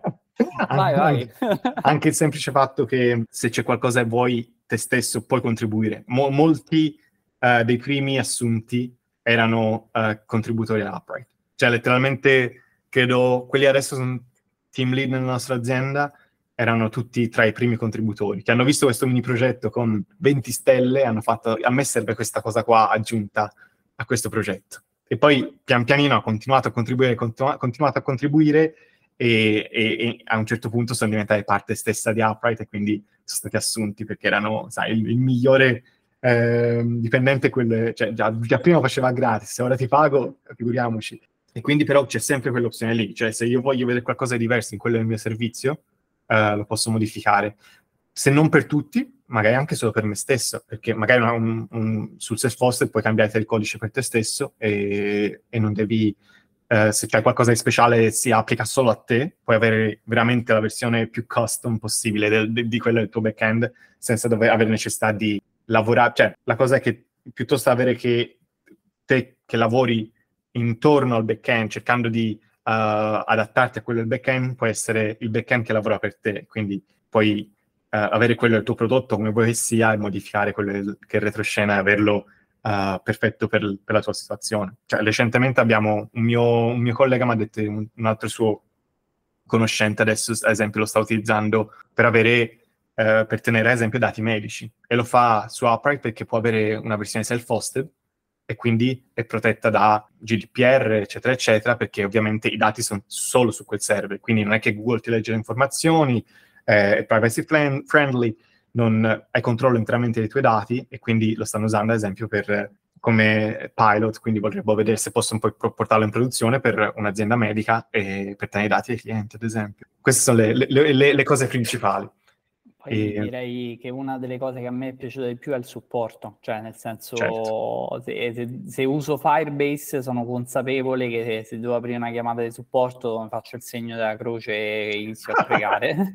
Speaker 2: Vai, vai.
Speaker 3: Anche il semplice fatto che se c'è qualcosa che vuoi te stesso puoi contribuire. Mo- molti uh, dei primi assunti erano uh, contributori all'Upright. Cioè, letteralmente, credo, quelli adesso sono team lead nella nostra azienda, erano tutti tra i primi contributori, che hanno visto questo mini progetto con venti stelle e hanno fatto, a me serve questa cosa qua aggiunta a questo progetto. E poi, pian pianino, ha continuato a contribuire, continu- continuato a contribuire, E, e, e a un certo punto sono diventati parte stessa di Upright e quindi sono stati assunti perché erano, sai, il, il migliore eh, dipendente, quel, cioè già, già prima faceva gratis, ora ti pago, figuriamoci. E quindi però c'è sempre quell'opzione lì, cioè se io voglio vedere qualcosa di diverso in quello del mio servizio, eh, lo posso modificare. Se non per tutti, magari anche solo per me stesso, perché magari un, un, sul self-hosted puoi cambiare il codice per te stesso e, e non devi... Uh, se c'è qualcosa di speciale si applica solo a te, puoi avere veramente la versione più custom possibile del, de, di quello del tuo backend, senza dover avere necessità di lavorare. Cioè, la cosa è che piuttosto avere che te che lavori intorno al backend, cercando di uh, adattarti a quello del backend, può essere il backend che lavora per te. Quindi puoi uh, avere quello del tuo prodotto come vuoi che sia e modificare quello del, che è il retroscena e averlo Uh, perfetto per, per la tua situazione. Cioè, recentemente abbiamo un mio, un mio collega mi ha detto un, un altro suo conoscente adesso, ad esempio, lo sta utilizzando per avere, uh, per tenere, ad esempio, dati medici, e lo fa su Upright perché può avere una versione self-hosted e quindi è protetta da G D P R, eccetera, eccetera, perché ovviamente i dati sono solo su quel server, quindi non è che Google ti legge le informazioni, eh, è privacy friendly, non hai controllo interamente dei tuoi dati, e quindi lo stanno usando ad esempio per, come pilot, quindi vorrebbero vedere se possono poi portarlo in produzione per un'azienda medica e per tenere i dati dei clienti, ad esempio. Queste sono le, le, le, le cose principali.
Speaker 2: Poi
Speaker 3: E,
Speaker 2: direi che una delle cose che a me è piaciuta di più è il supporto, cioè nel senso
Speaker 3: certo.
Speaker 2: se, se- se uso Firebase sono consapevole che se, se devo aprire una chiamata di supporto faccio il segno della croce e inizio a pregare.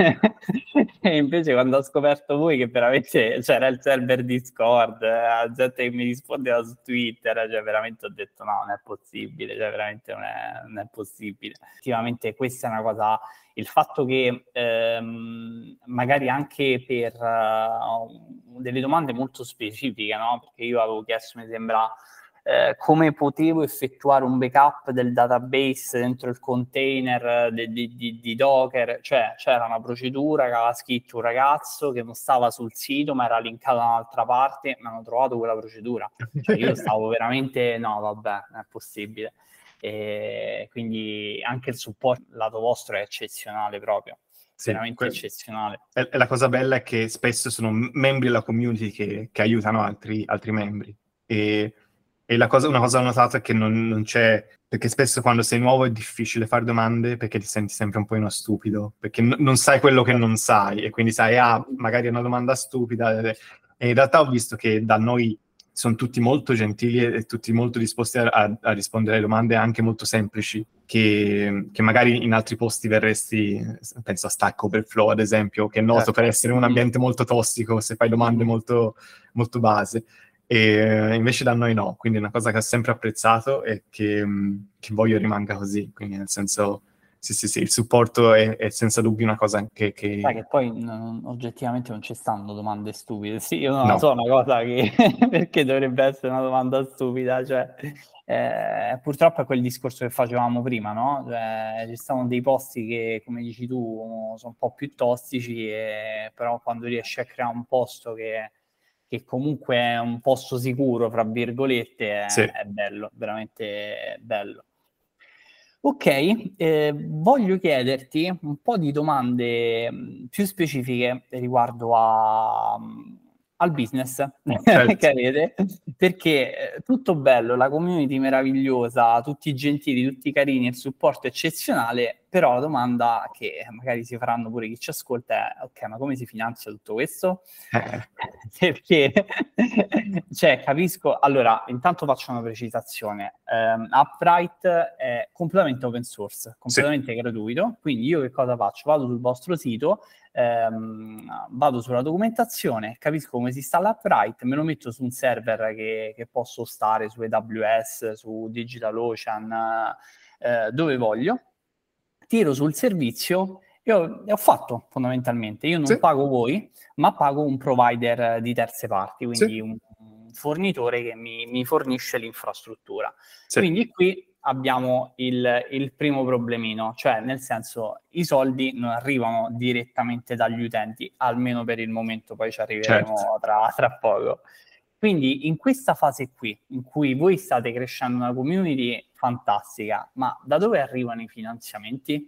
Speaker 2: E invece quando ho scoperto voi che veramente c'era il server Discord, eh, la gente che mi rispondeva su Twitter, cioè veramente ho detto no, non è possibile, cioè veramente non è, non è possibile. Effettivamente questa è una cosa, il fatto che ehm, magari anche per uh, delle domande molto specifiche, no? Perché io avevo chiesto, mi sembra, eh, come potevo effettuare un backup del database dentro il container di, di, di, di Docker, cioè c'era una procedura che aveva scritto un ragazzo che non stava sul sito ma era linkato da un'altra parte, mi hanno trovato quella procedura, cioè io stavo veramente, no vabbè, non è possibile. E quindi anche il supporto lato vostro è eccezionale proprio,
Speaker 3: Sì,
Speaker 2: veramente
Speaker 3: que-
Speaker 2: eccezionale.
Speaker 3: e, e la cosa bella è che spesso sono m- membri della community che, che aiutano altri, altri membri. E, e la cosa, una cosa ho notato è che non, non c'è, perché spesso quando sei nuovo è difficile fare domande perché ti senti sempre un po' uno stupido, perché n- non sai quello che non sai e quindi sai, ah, magari è una domanda stupida. E in realtà ho visto che da noi sono tutti molto gentili e tutti molto disposti a, a- a rispondere alle domande anche molto semplici, che, che magari in altri posti verresti, penso a Stack Overflow ad esempio, che è noto per essere un ambiente molto tossico se fai domande
Speaker 2: Mm-hmm.
Speaker 3: molto, molto base. E invece da noi no, quindi è una cosa che ho sempre apprezzato e che, che voglio rimanga così, quindi nel senso, sì sì sì, il supporto è, è senza dubbio una cosa che... che...
Speaker 2: Sai che poi non, oggettivamente non ci stanno domande stupide. Sì, io non
Speaker 3: No.
Speaker 2: so una cosa che perché dovrebbe essere una domanda stupida, cioè eh, purtroppo è quel discorso che facevamo prima, no? Cioè, ci stanno dei posti che, come dici tu, sono un po' più tossici, e, però quando riesci a creare un posto che, che comunque è un posto sicuro, fra virgolette, è,
Speaker 3: Sì.
Speaker 2: è bello, veramente bello. Ok, eh, voglio chiederti un po' di domande mh, più specifiche riguardo a, mh, al business
Speaker 3: Certo.
Speaker 2: che avete, perché eh, tutto bello, la community meravigliosa, tutti gentili, tutti carini, il supporto eccezionale, però la domanda che magari si faranno pure chi ci ascolta è, ok, ma come si finanzia tutto questo?
Speaker 3: Eh.
Speaker 2: Perché, cioè, capisco, allora, intanto faccio una precisazione, um, Upright è completamente open source, completamente sì. gratuito, quindi io che cosa faccio? Vado sul vostro sito, um, vado sulla documentazione, capisco come si installa Upright, me lo metto su un server che, che posso stare su A W S, su DigitalOcean, uh, dove voglio, tiro sul servizio e ho, e ho fatto fondamentalmente, io non
Speaker 3: Sì.
Speaker 2: pago voi, ma pago un provider di terze parti, quindi
Speaker 3: Sì.
Speaker 2: un, un fornitore che mi, mi fornisce l'infrastruttura.
Speaker 3: Sì.
Speaker 2: Quindi qui abbiamo il, il primo problemino, cioè nel senso i soldi non arrivano direttamente dagli utenti, almeno per il momento, poi ci arriveremo
Speaker 3: Certo.
Speaker 2: tra, tra poco. Quindi in questa fase qui, in cui voi state crescendo una community fantastica, ma da dove arrivano i finanziamenti?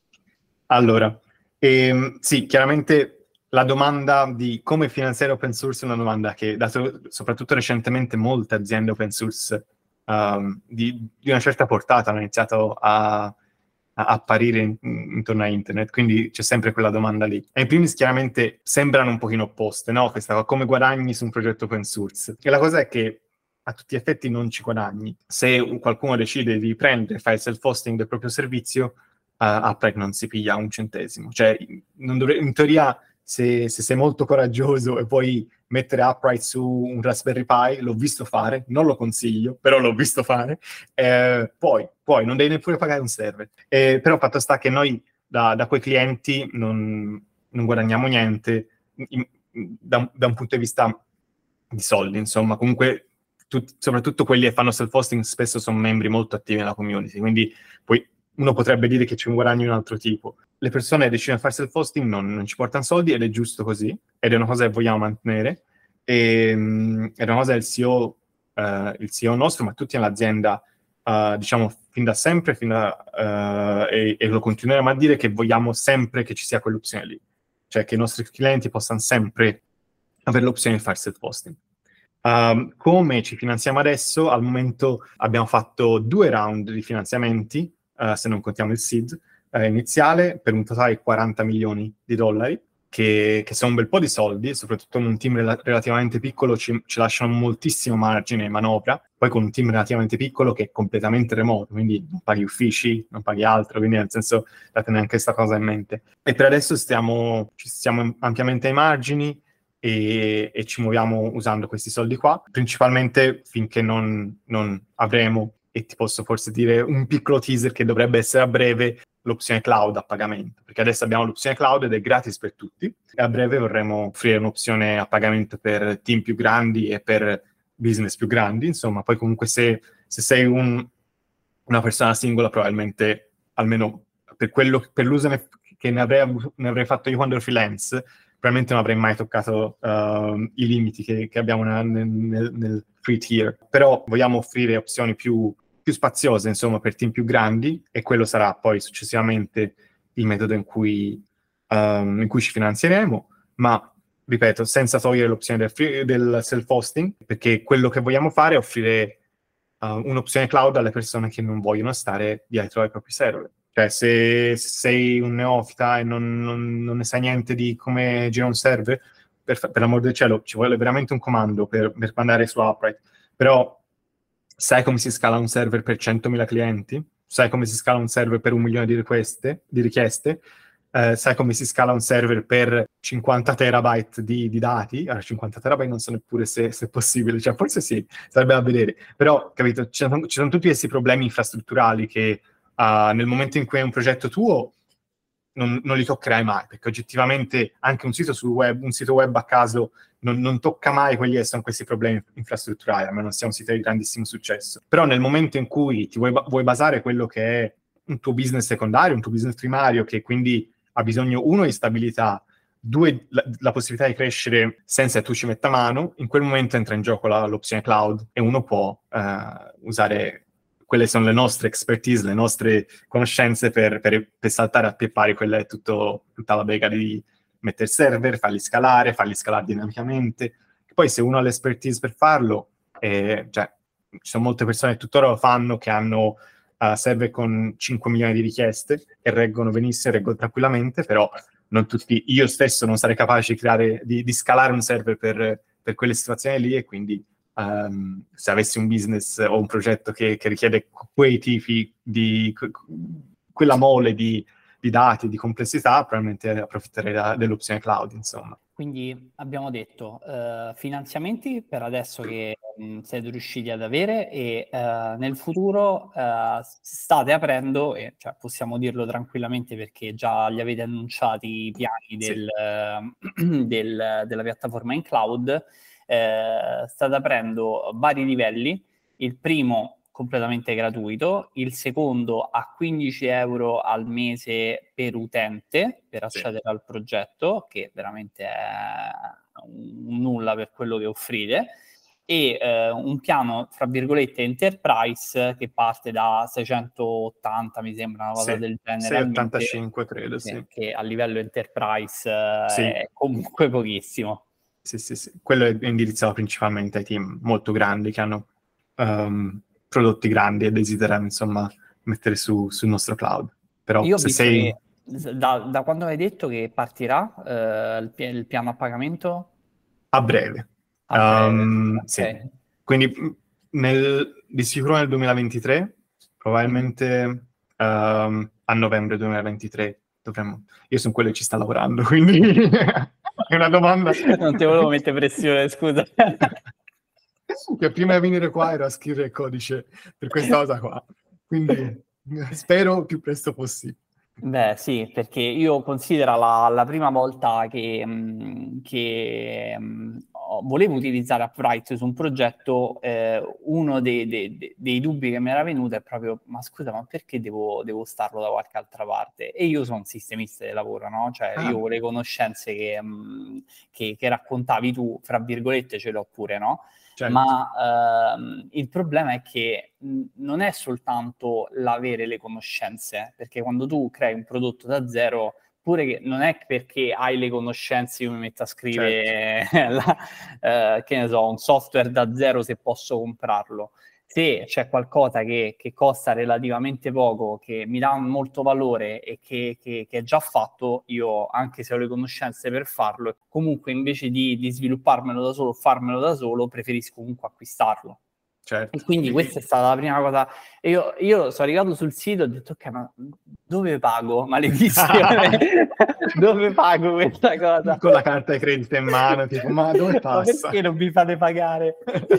Speaker 3: Allora, ehm, sì, chiaramente la domanda di come finanziare open source è una domanda che, dato soprattutto recentemente, molte aziende open source um, di, di una certa portata hanno iniziato a, a apparire in, intorno a internet, quindi c'è sempre quella domanda lì. E in primis chiaramente sembrano un pochino opposte, no? Questa come guadagni su un progetto open source. E la cosa è che a tutti gli effetti non ci guadagni. Se qualcuno decide di prendere, fare il self-hosting del proprio servizio, Uh, Upright non si piglia un centesimo. Cioè, non dovre- in teoria, se, se sei molto coraggioso e puoi mettere Upright su un Raspberry Pi, l'ho visto fare, non lo consiglio, però l'ho visto fare, eh, poi, poi non devi neppure pagare un server. Eh, però fatto sta che noi da, da quei clienti non, non guadagniamo niente in, da, da un punto di vista di soldi, insomma. Comunque, tut, soprattutto quelli che fanno self-hosting spesso sono membri molto attivi nella community, quindi poi uno potrebbe dire che c'è un guadagno di un altro tipo. Le persone decidono di fare self-hosting, non, non ci portano soldi ed è giusto così, ed è una cosa che vogliamo mantenere. E, um, è una cosa del C E O, uh, il C E O nostro, ma tutti nell'azienda, uh, diciamo, fin da sempre, fin da, uh, e, e lo continueremo a dire che vogliamo sempre che ci sia quell'opzione lì. Cioè che i nostri clienti possano sempre avere l'opzione di fare self-hosting. Um, come ci finanziamo adesso? Al momento abbiamo fatto due round di finanziamenti, Uh, se non contiamo il seed uh, iniziale, per un totale di quaranta milioni di dollari, che, che sono un bel po' di soldi, soprattutto in un team rel- relativamente piccolo ci, ci lasciano moltissimo margine di manovra, poi con un team relativamente piccolo che è completamente remoto, quindi non paghi uffici, non paghi altro, quindi nel senso da tenere anche questa cosa in mente. E per adesso stiamo, ci stiamo ampiamente ai margini e, e ci muoviamo usando questi soldi qua, principalmente finché non, non avremo, e ti posso forse dire un piccolo teaser che dovrebbe essere a breve, l'opzione cloud a pagamento, perché adesso abbiamo l'opzione cloud ed è gratis per tutti, e a breve vorremmo offrire un'opzione a pagamento per team più grandi e per business più grandi, insomma. Poi comunque se, se sei un, una persona singola, probabilmente, almeno per, quello, per l'uso ne, che ne avrei, ne avrei fatto io quando ero freelance, probabilmente non avrei mai toccato uh, i limiti che, che abbiamo nel, nel, nel free tier, però vogliamo offrire opzioni più più spaziose, insomma, per team più grandi, e quello sarà poi successivamente il metodo in cui, um, in cui ci finanzieremo, ma, ripeto, senza togliere l'opzione del, free, del self-hosting, perché quello che vogliamo fare è offrire uh, un'opzione cloud alle persone che non vogliono stare dietro ai propri server. Cioè, se sei un neofita e non, non, non ne sai niente di come gira un server, per, per l'amor del cielo, ci vuole veramente un comando per, per mandare su Upright, però sai come si scala un server per centomila clienti? Sai come si scala un server per un milione di richieste? Di richieste? Eh, sai come si scala un server per cinquanta terabyte di, di dati? Allora, cinquanta terabyte non so neppure se, se è possibile, cioè forse sì, sarebbe da vedere. Però, capito, ci sono, ci sono tutti questi problemi infrastrutturali che uh, nel momento in cui è un progetto tuo non, non li toccherai mai, perché oggettivamente anche un sito sul web, un sito web a caso non, non tocca mai quelli che sono questi problemi infrastrutturali, a meno non sia un sito di grandissimo successo. Però nel momento in cui ti vuoi, vuoi basare quello che è un tuo business secondario, un tuo business primario, che quindi ha bisogno, uno, di stabilità, due, la, la possibilità di crescere senza che tu ci metta mano, in quel momento entra in gioco la, l'opzione cloud e uno può uh, usare quelle sono le nostre expertise, le nostre conoscenze per, per, per saltare a pie pari. Quella è tutto, tutta la bega di mettere server, farli scalare, farli scalare dinamicamente. E poi se uno ha l'espertise per farlo, eh, cioè, ci sono molte persone che tuttora lo fanno, che hanno uh, server con cinque milioni di richieste e reggono benissimo, reggono tranquillamente, però non tutti, io stesso non sarei capace di creare, di, di scalare un server per, per quelle situazioni lì, e quindi Um, se avessi un business o un progetto che, che richiede quei tipi di quella mole di, di dati, di complessità, probabilmente approfitterei da, dell'opzione cloud, insomma.
Speaker 2: Quindi abbiamo detto uh, finanziamenti per adesso che mh, siete riusciti ad avere, e uh, nel futuro uh, state aprendo, e cioè, possiamo dirlo tranquillamente perché già li avete annunciati i piani del, sì. uh, del, della piattaforma in cloud. Eh, state aprendo vari livelli, il primo completamente gratuito, il secondo a quindici euro al mese per utente per accedere sì. al progetto, che veramente è un nulla per quello che offrite, e eh, un piano fra virgolette enterprise che parte da seicentottanta, mi sembra una cosa sì. del genere,
Speaker 3: seicentottantacinque credo, sì, sì.
Speaker 2: Che a livello enterprise eh,
Speaker 3: sì.
Speaker 2: è comunque pochissimo.
Speaker 3: Sì, sì, sì. Quello è indirizzato principalmente ai team molto grandi che hanno um, prodotti grandi e desiderano, insomma, mettere su, sul nostro cloud. Però
Speaker 2: Io
Speaker 3: se sei...
Speaker 2: Da, da quando hai detto che partirà uh, il, il piano a pagamento?
Speaker 3: A breve.
Speaker 2: A breve.
Speaker 3: Um,
Speaker 2: okay.
Speaker 3: Sì. Quindi nel, di sicuro nel duemilaventitré, probabilmente mm. um, a novembre duemilaventitré dovremmo... Io sono quello che ci sta lavorando, quindi... È una domanda.
Speaker 2: Non ti volevo mettere pressione, scusa.
Speaker 3: Che prima di venire qua ero a scrivere il codice per questa cosa qua. Quindi spero più presto possibile.
Speaker 2: Beh, sì, perché io considero la, la prima volta che, mh, che mh, volevo utilizzare Upright su un progetto, eh, uno dei, dei, dei dubbi che mi era venuto è proprio, ma scusa, ma perché devo, devo starlo da qualche altra parte? E io sono un sistemista di lavoro, no? Cioè, ah. io le conoscenze che, mh, che, che raccontavi tu, fra virgolette, ce l'ho pure, no? Certo. Ma ehm, il problema è che mh, non è soltanto l'avere le conoscenze, perché quando tu crei un prodotto da zero, pure che non è perché hai le conoscenze io mi metto a scrivere certo. la, eh, che ne so, un software da zero se posso comprarlo. se c'è qualcosa che, che costa relativamente poco, che mi dà molto valore e che, che, che è già fatto, io, anche se ho le conoscenze per farlo, comunque invece di, di svilupparmelo da solo, farmelo da solo, preferisco comunque acquistarlo.
Speaker 3: Certo.
Speaker 2: E quindi questa è stata la prima cosa. E io, io sono arrivato sul sito e ho detto, ok, ma dove pago? Maledizione! Dove pago questa cosa?
Speaker 3: Con la carta di credito in mano, tipo, ma dove passa?
Speaker 2: Ma perché non vi fate pagare?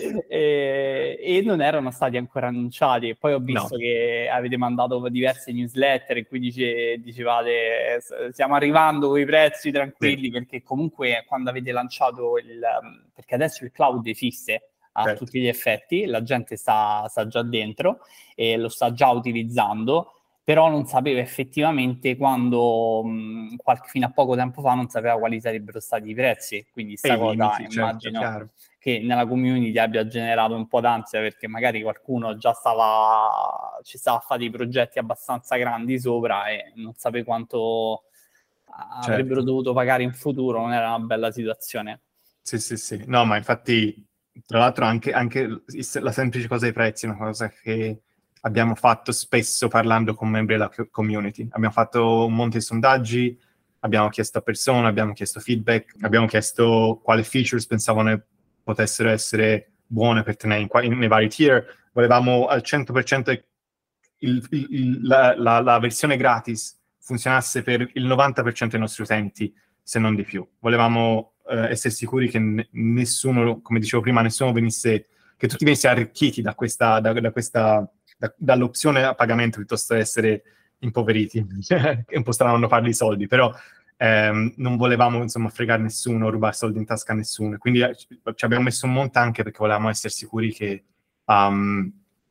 Speaker 2: e, e non erano stati ancora annunciati. E poi ho visto
Speaker 3: No.
Speaker 2: che avete mandato diverse newsletter in cui dice, dicevate stiamo arrivando con i prezzi tranquilli,
Speaker 3: Sì.
Speaker 2: perché comunque quando avete lanciato il... perché adesso il cloud esiste a
Speaker 3: Certo.
Speaker 2: tutti gli effetti, la gente sta, sta già dentro e lo sta già utilizzando, però non sapeva effettivamente quando, mh, qualche, fino a poco tempo fa, non sapeva quali sarebbero stati i prezzi, quindi sta
Speaker 3: E i
Speaker 2: cosa
Speaker 3: limiti,
Speaker 2: immagino
Speaker 3: certo, chiaro.
Speaker 2: che nella community abbia generato un po' d'ansia, perché magari qualcuno già stava, ci stava a fare dei progetti abbastanza grandi sopra e non sapeva quanto avrebbero
Speaker 3: Certo.
Speaker 2: dovuto pagare in futuro, non era una bella situazione.
Speaker 3: Sì, sì, sì. No, ma infatti, tra l'altro, anche, anche la semplice cosa dei prezzi è una cosa che abbiamo fatto spesso parlando con membri della community. Abbiamo fatto un monte di sondaggi, abbiamo chiesto a persone, abbiamo chiesto feedback, abbiamo chiesto quali features pensavano potessero essere buone per tenere in, in, nei vari tier. Volevamo al cento per cento il, il, il, la, la, la versione gratis funzionasse per il novanta per cento dei nostri utenti, se non di più. Volevamo Uh, essere sicuri che n- nessuno, come dicevo prima, nessuno venisse, che tutti venissero arricchiti da questa, da, da questa da, dall'opzione a pagamento piuttosto che essere impoveriti. È un po' strano non farli i soldi, però ehm, non volevamo insomma fregare nessuno, rubare soldi in tasca a nessuno. Quindi eh, ci abbiamo messo un monte anche perché volevamo essere sicuri che um,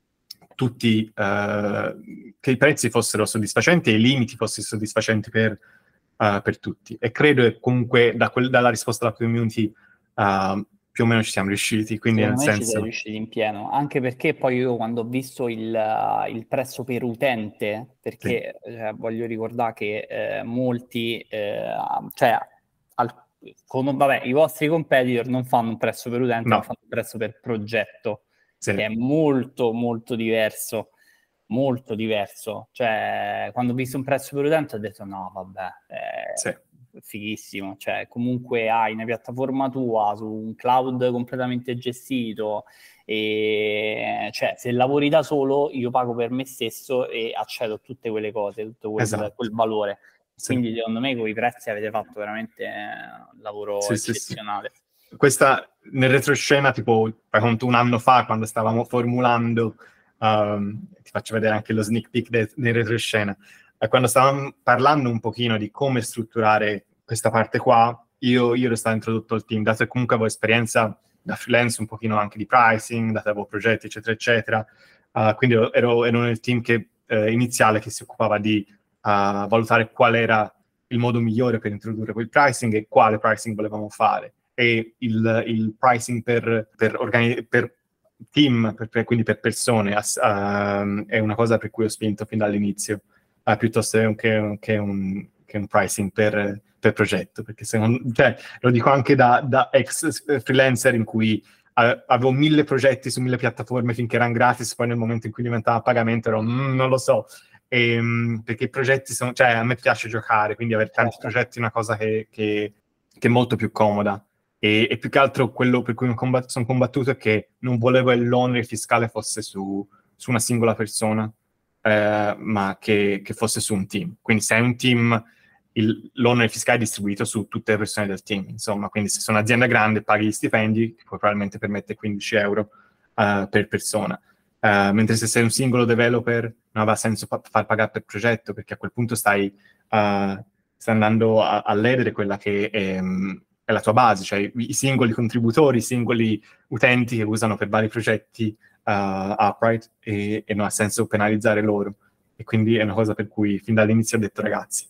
Speaker 3: tutti uh, che i prezzi fossero soddisfacenti e i limiti fossero soddisfacenti per Uh, per tutti. E credo che comunque da quel, dalla risposta della community uh, più o meno ci siamo riusciti, quindi
Speaker 2: Secondo
Speaker 3: nel
Speaker 2: me
Speaker 3: senso...
Speaker 2: ci siete riusciti in pieno, anche perché poi io quando ho visto il, il prezzo per utente, perché sì. eh, voglio ricordare che eh, molti, eh, cioè al, con, vabbè, i vostri competitor non fanno un prezzo per utente,
Speaker 3: no.
Speaker 2: ma fanno un prezzo per progetto,
Speaker 3: sì.
Speaker 2: che è molto molto diverso. molto diverso, cioè quando ho visto un prezzo per utente ho detto no vabbè è
Speaker 3: sì.
Speaker 2: fighissimo, cioè comunque hai una piattaforma tua su un cloud completamente gestito e cioè se lavori da solo io pago per me stesso e accedo a tutte quelle cose, tutto quel,
Speaker 3: esatto.
Speaker 2: quel valore,
Speaker 3: sì.
Speaker 2: quindi secondo me con i prezzi avete fatto veramente un lavoro
Speaker 3: sì,
Speaker 2: eccezionale.
Speaker 3: Sì, sì. Questa nel retroscena tipo per conto un anno fa quando stavamo formulando um, ti faccio vedere anche lo sneak peek de- nel retroscena e quando stavamo parlando un pochino di come strutturare questa parte qua io, io ero stato introdotto al team dato che comunque avevo esperienza da freelance un pochino anche di pricing, dato che avevo progetti eccetera eccetera uh, quindi ero, ero nel team che, eh, iniziale che si occupava di uh, valutare qual era il modo migliore per introdurre quel pricing e quale pricing volevamo fare. E il, il pricing per, per, organi- per team, per, per, quindi per persone, as, uh, è una cosa per cui ho spinto fin dall'inizio, uh, piuttosto che, che, un, che un pricing per, per progetto. Perché secondo, cioè, lo dico anche da, da ex freelancer in cui uh, avevo mille progetti su mille piattaforme finché erano gratis, poi nel momento in cui diventava a pagamento ero, mm, non lo so, E, perché i progetti sono, cioè a me piace giocare, quindi avere tanti
Speaker 2: certo.
Speaker 3: progetti è una cosa che, che, che è molto più comoda e, e più che altro quello per cui combat- sono combattuto è che non volevo che l'onere fiscale fosse su, su una singola persona, eh, ma che, che fosse su un team. Quindi se hai un team il, l'onere fiscale è distribuito su tutte le persone del team, insomma, quindi se sono un'azienda grande paghi gli stipendi, che puoi probabilmente permettere quindici euro uh, per persona. Uh, mentre se sei un singolo developer non aveva senso pa- far pagare per progetto, perché a quel punto stai, uh, stai andando a, a ledere quella che è, um, è la tua base, cioè i, i singoli contributori, i singoli utenti che usano per vari progetti uh, Upright e, e non ha senso penalizzare loro. E quindi è una cosa per cui fin dall'inizio ho detto ragazzi,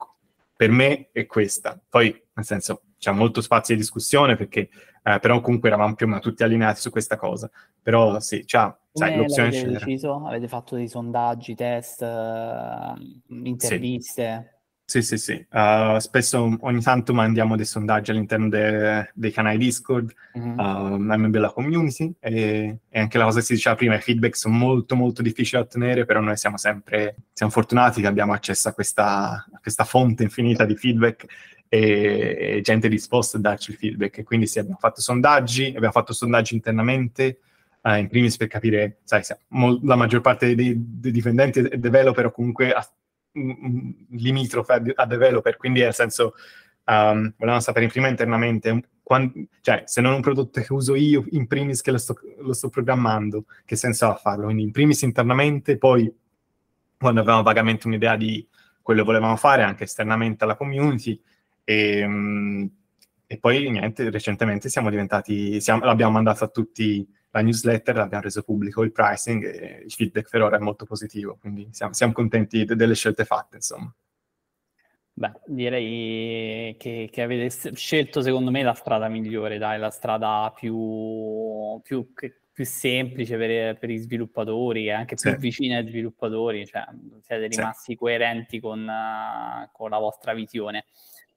Speaker 3: per me è questa. Poi, nel senso, c'è molto spazio di discussione perché eh, però comunque eravamo più o meno tutti allineati su questa cosa. Però sì, c'ha, sai,
Speaker 2: Come
Speaker 3: l'opzione
Speaker 2: l'avete
Speaker 3: c'era.
Speaker 2: deciso? Avete fatto dei sondaggi, test, uh, interviste?
Speaker 3: Sì, sì, sì. Uh, spesso ogni tanto mandiamo dei sondaggi all'interno de- dei canali Discord,
Speaker 2: Mhm.
Speaker 3: uh, membri della community, e, e anche la cosa che si diceva prima, i feedback sono molto molto difficili da ottenere, però noi siamo sempre, siamo fortunati che abbiamo accesso a questa, a questa fonte infinita di feedback e, e gente disposta a darci il feedback. E quindi sì, abbiamo fatto sondaggi, abbiamo fatto sondaggi internamente, uh, in primis per capire, sai, se- mol- la maggior parte dei, dei dipendenti e developer o comunque a- limitrofe a, a developer, quindi nel senso um, volevamo sapere prima internamente quando, cioè se non un prodotto che uso io in primis che lo sto, lo sto programmando, che senso ha farlo, quindi in primis internamente, poi quando avevamo vagamente un'idea di quello che volevamo fare anche esternamente alla community e, um, e poi niente, recentemente siamo diventati, siamo, l'abbiamo mandato a tutti la newsletter, l'abbiamo reso pubblico il pricing e il feedback per ora è molto positivo, quindi siamo, siamo contenti de- delle scelte fatte, insomma.
Speaker 2: Beh, direi che, che avete s- scelto secondo me la strada migliore, dai, la strada più, più, che- più semplice per, per gli sviluppatori e anche più
Speaker 3: Sì,
Speaker 2: vicina ai sviluppatori, cioè siete
Speaker 3: sì.
Speaker 2: rimasti coerenti con, eh, con la vostra visione.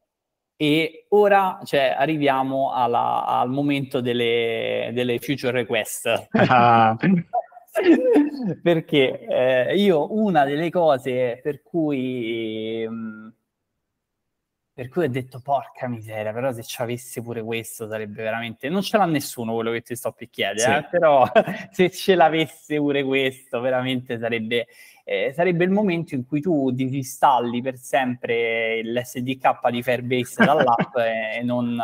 Speaker 2: E ora, cioè, arriviamo alla- al momento delle, delle future request.
Speaker 3: Ah,
Speaker 2: Perché eh, io una delle cose per cui, mh, per cui ho detto porca miseria, però se ci avesse pure questo sarebbe veramente... Non ce l'ha nessuno quello che ti sto per chiedere,
Speaker 3: sì,
Speaker 2: eh, però se ce l'avesse pure questo veramente sarebbe, eh, sarebbe il momento in cui tu disinstalli per sempre l'S D K di Firebase dall'app e, e non,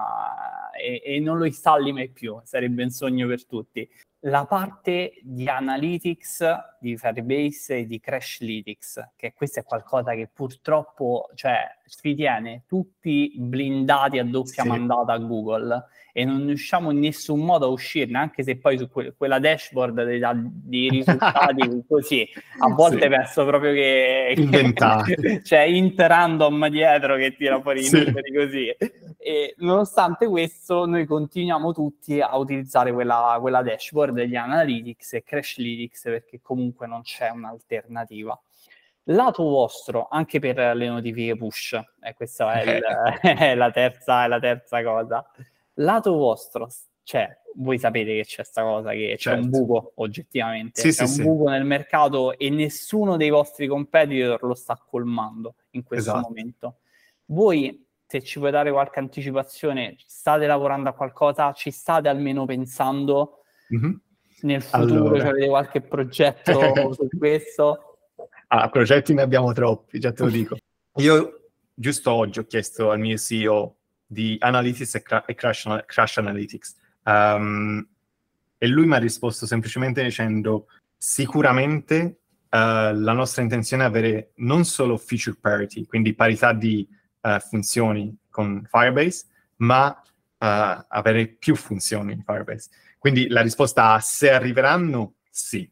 Speaker 2: eh, e, e non lo installi mai più, sarebbe un sogno per tutti. La parte di analytics di Firebase e di Crashlytics, che questo è qualcosa che purtroppo, cioè, si tiene tutti blindati a doppia
Speaker 3: sì,
Speaker 2: mandata a Google e non riusciamo in nessun modo a uscirne, anche se poi su que- quella dashboard dei, dei risultati così, a volte
Speaker 3: sì,
Speaker 2: penso proprio che,
Speaker 3: inventati.
Speaker 2: che c'è int random dietro che tira fuori i
Speaker 3: Sì,
Speaker 2: numeri così. E nonostante questo, noi continuiamo tutti a utilizzare quella, quella dashboard degli analytics e Crashlytics perché comunque non c'è un'alternativa. Lato vostro, anche per le notifiche push, e questa è, il, è la terza, è la terza cosa. Lato vostro, cioè, voi sapete che c'è questa cosa, che c'è un
Speaker 3: certo.
Speaker 2: buco oggettivamente,
Speaker 3: Sì,
Speaker 2: c'è
Speaker 3: sì,
Speaker 2: un
Speaker 3: sì,
Speaker 2: buco nel mercato e nessuno dei vostri competitor lo sta colmando in questo
Speaker 3: esatto.
Speaker 2: momento. Voi, se ci puoi dare qualche anticipazione, state lavorando a qualcosa, ci state almeno pensando
Speaker 3: Mhm.
Speaker 2: nel futuro, cioè
Speaker 3: Allora,
Speaker 2: avete qualche progetto su questo?
Speaker 3: ah, progetti ne abbiamo troppi, già te lo dico. Io giusto oggi ho chiesto al mio C E O di Analytics e, cra- e crash, crash Analytics. Um, e lui mi ha risposto semplicemente dicendo sicuramente uh, la nostra intenzione è avere non solo feature parity, quindi parità di uh, funzioni con Firebase, ma uh, avere più funzioni in Firebase. Quindi la risposta a se arriveranno, sì.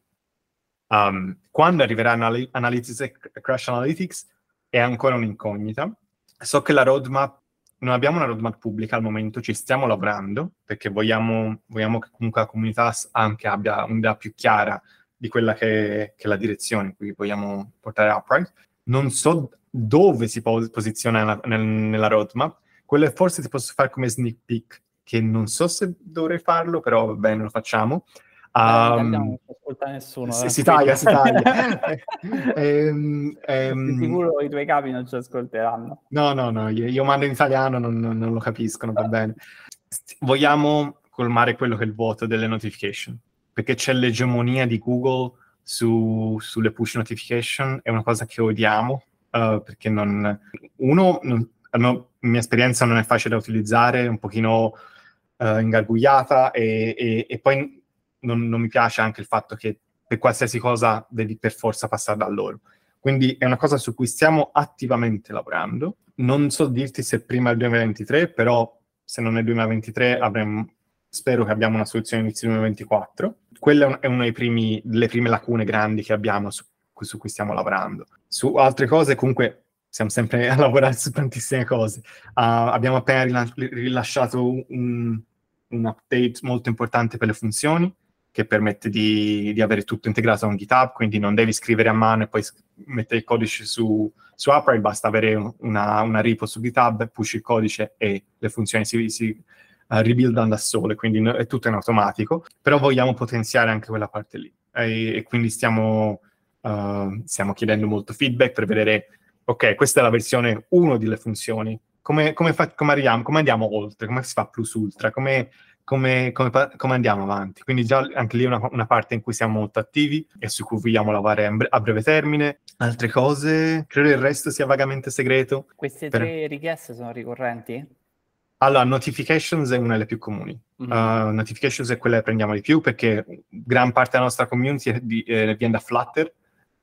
Speaker 3: Um, quando arriveranno Anal- Analytics e Crash Analytics è ancora un'incognita. So che la roadmap, non abbiamo una roadmap pubblica al momento, ci stiamo lavorando, perché vogliamo, vogliamo che comunque la comunità anche abbia un'idea più chiara di quella che, che è la direzione in cui vogliamo portare Upright. Non so dove si pos- posiziona nella, nel, nella roadmap, quello forse ti posso fare come sneak peek, che non so se dovrei farlo, però va bene, lo facciamo.
Speaker 2: Beh, in italiano non
Speaker 3: Um,
Speaker 2: si ascolta nessuno,
Speaker 3: si, si
Speaker 2: tranquillo.
Speaker 3: taglia, si taglia. ehm,
Speaker 2: Di
Speaker 3: ehm,
Speaker 2: sicuro i tuoi capi non ci ascolteranno.
Speaker 3: no, no, no, io, io mando in italiano, non, non- non lo capiscono, va bene. St- Vogliamo colmare quello che è il vuoto delle notification, perché c'è l'egemonia di Google su- sulle push notification, è una cosa che odiamo, uh, perché non... Uno, non, almeno in mia esperienza non è facile da utilizzare, è un pochino uh, ingarbugliata e, e- e poi non, non mi piace anche il fatto che per qualsiasi cosa devi per forza passare da loro. Quindi è una cosa su cui stiamo attivamente lavorando. Non so dirti se prima del duemilaventitré, però se non è duemilaventitré avremo, spero che abbiamo una soluzione inizio duemilaventiquattro. Quella è una delle prime lacune grandi che abbiamo su, su cui stiamo lavorando. Su altre cose comunque siamo sempre a lavorare su tantissime cose. Uh, abbiamo appena rilasciato un, un update molto importante per le funzioni, che permette di, di avere tutto integrato con GitHub, quindi non devi scrivere a mano e poi mettere il codice su, su Upright, basta avere una, una repo su GitHub, push il codice e le funzioni si, si uh, rebuildano da sole, quindi è tutto in automatico, però vogliamo potenziare anche quella parte lì e, e quindi stiamo, uh, stiamo chiedendo molto feedback per vedere, ok, questa è la versione uno delle funzioni, come, come, fa, come, arriviamo, come andiamo oltre, come si fa plus ultra, come... Come, come, come andiamo avanti. Quindi già anche lì è una, una parte in cui siamo molto attivi e su cui vogliamo lavorare a, bre- a breve termine. Altre cose, credo il resto sia vagamente segreto.
Speaker 2: Queste
Speaker 3: per...
Speaker 2: tre richieste sono ricorrenti?
Speaker 3: Allora, notifications è una delle più comuni. Mm-hmm. Uh, notifications è quella che prendiamo di più perché gran parte della nostra community è di, eh, viene da Flutter,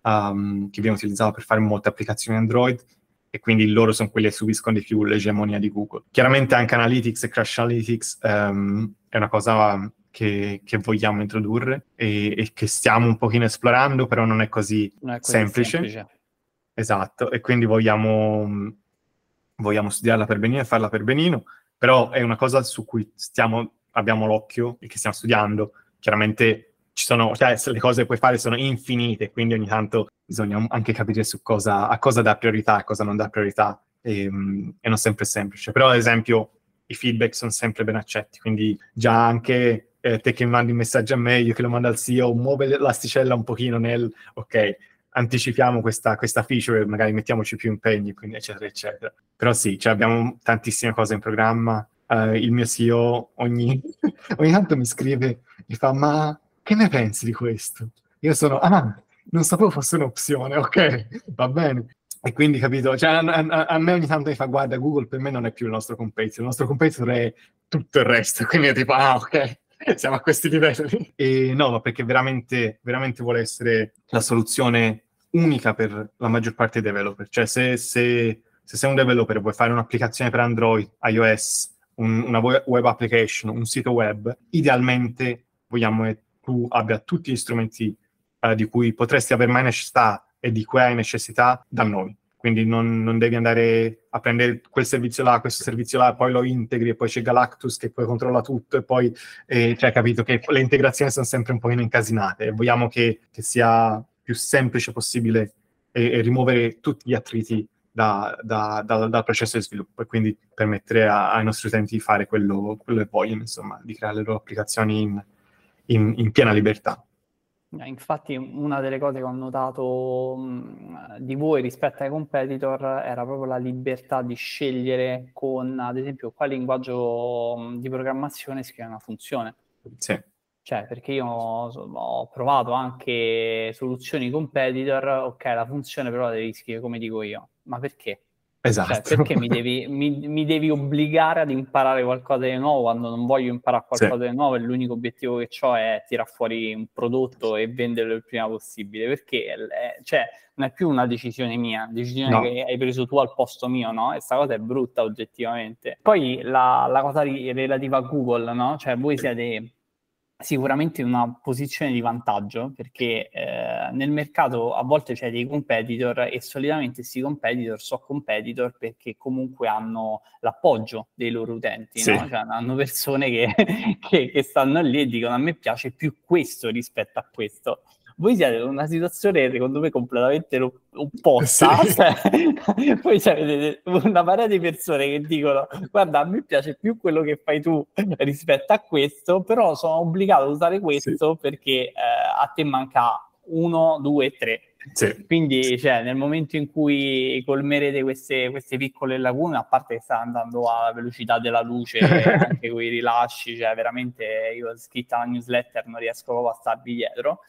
Speaker 3: um, che viene utilizzato per fare molte applicazioni Android, e quindi loro sono quelli che subiscono di più l'egemonia di Google. Chiaramente anche Analytics e Crash Analytics um, è una cosa che, che vogliamo introdurre e, e che stiamo un pochino esplorando, però non è così,
Speaker 2: non è così
Speaker 3: semplice.
Speaker 2: semplice.
Speaker 3: Esatto, e quindi vogliamo, vogliamo studiarla per benino e farla per benino, però è una cosa su cui stiamo, abbiamo l'occhio e che stiamo studiando. Chiaramente ci sono, cioè le cose che puoi fare sono infinite, quindi ogni tanto bisogna anche capire su cosa, a cosa dà priorità, a cosa non dà priorità, e, e non sempre è semplice. Però ad esempio i feedback sono sempre ben accetti, quindi già anche eh, te che mandi un messaggio a me, io che lo mando al C E O, muove l'asticella un pochino nel, ok, anticipiamo questa, questa feature, magari mettiamoci più impegni, quindi eccetera, eccetera. Però sì, cioè abbiamo tantissime cose in programma. Uh, il mio C E O ogni, ogni tanto mi scrive, mi fa, ma che ne pensi di questo? Io sono, ah, non sapevo fosse un'opzione, ok, va bene. E quindi, capito, cioè, a, a, a me ogni tanto mi fa, guarda, Google per me non è più il nostro competitor, il nostro competitor è tutto il resto, quindi è tipo, ah, ok, siamo a questi livelli. E no, perché veramente, veramente vuole essere la soluzione unica per la maggior parte dei developer. Cioè, se, se, se sei un developer e vuoi fare un'applicazione per Android, iOS, un, una web application, un sito web, idealmente vogliamo che tu abbia tutti gli strumenti uh, di cui potresti avere mai necessità e di cui hai necessità da noi. Quindi non, non devi andare a prendere quel servizio là, questo servizio là, poi lo integri e poi c'è Galactus che poi controlla tutto e poi, eh, cioè, capito che le integrazioni sono sempre un po' incasinate e vogliamo che, che sia più semplice possibile e, e rimuovere tutti gli attriti da, da, da, dal processo di sviluppo e quindi permettere a, ai nostri utenti di fare quello, quello che vogliono, insomma, di creare le loro applicazioni in, in, in piena libertà.
Speaker 2: Infatti una delle cose che ho notato mh, di voi rispetto ai competitor era proprio la libertà di scegliere con, ad esempio, quale linguaggio mh, di programmazione scrivere una funzione.
Speaker 3: Sì.
Speaker 2: Cioè, perché io ho, ho provato anche soluzioni competitor, ok, la funzione però la devi scrivere come dico io. Ma perché?
Speaker 3: Esatto.
Speaker 2: Cioè, perché mi devi, mi, mi devi obbligare ad imparare qualcosa di nuovo quando non voglio imparare qualcosa sì. di nuovo e l'unico obiettivo che ho è tirare fuori un prodotto e venderlo il prima possibile? Perché è, cioè, non è più una decisione mia, una decisione no. che hai preso tu al posto mio, no? E questa cosa è brutta oggettivamente. Poi la, la cosa relativa a Google, no? Cioè, voi siete sicuramente in una posizione di vantaggio perché eh, nel mercato a volte c'è dei competitor e solitamente questi competitor sono competitor perché comunque hanno l'appoggio dei loro utenti, sì. no? Cioè hanno persone che, che, che stanno lì e dicono a me piace più questo rispetto a questo. Voi siete in una situazione secondo me completamente opposta, sì. cioè, voi avete una marea di persone che dicono guarda a me piace più quello che fai tu rispetto a questo, però sono obbligato ad usare questo sì. perché eh, a te manca uno, due, tre. Sì. Quindi cioè, nel momento in cui colmerete queste, queste piccole lacune, a parte che sta andando alla velocità della luce anche con i rilasci, cioè veramente io ho scritto la newsletter, non riesco proprio a starvi dietro,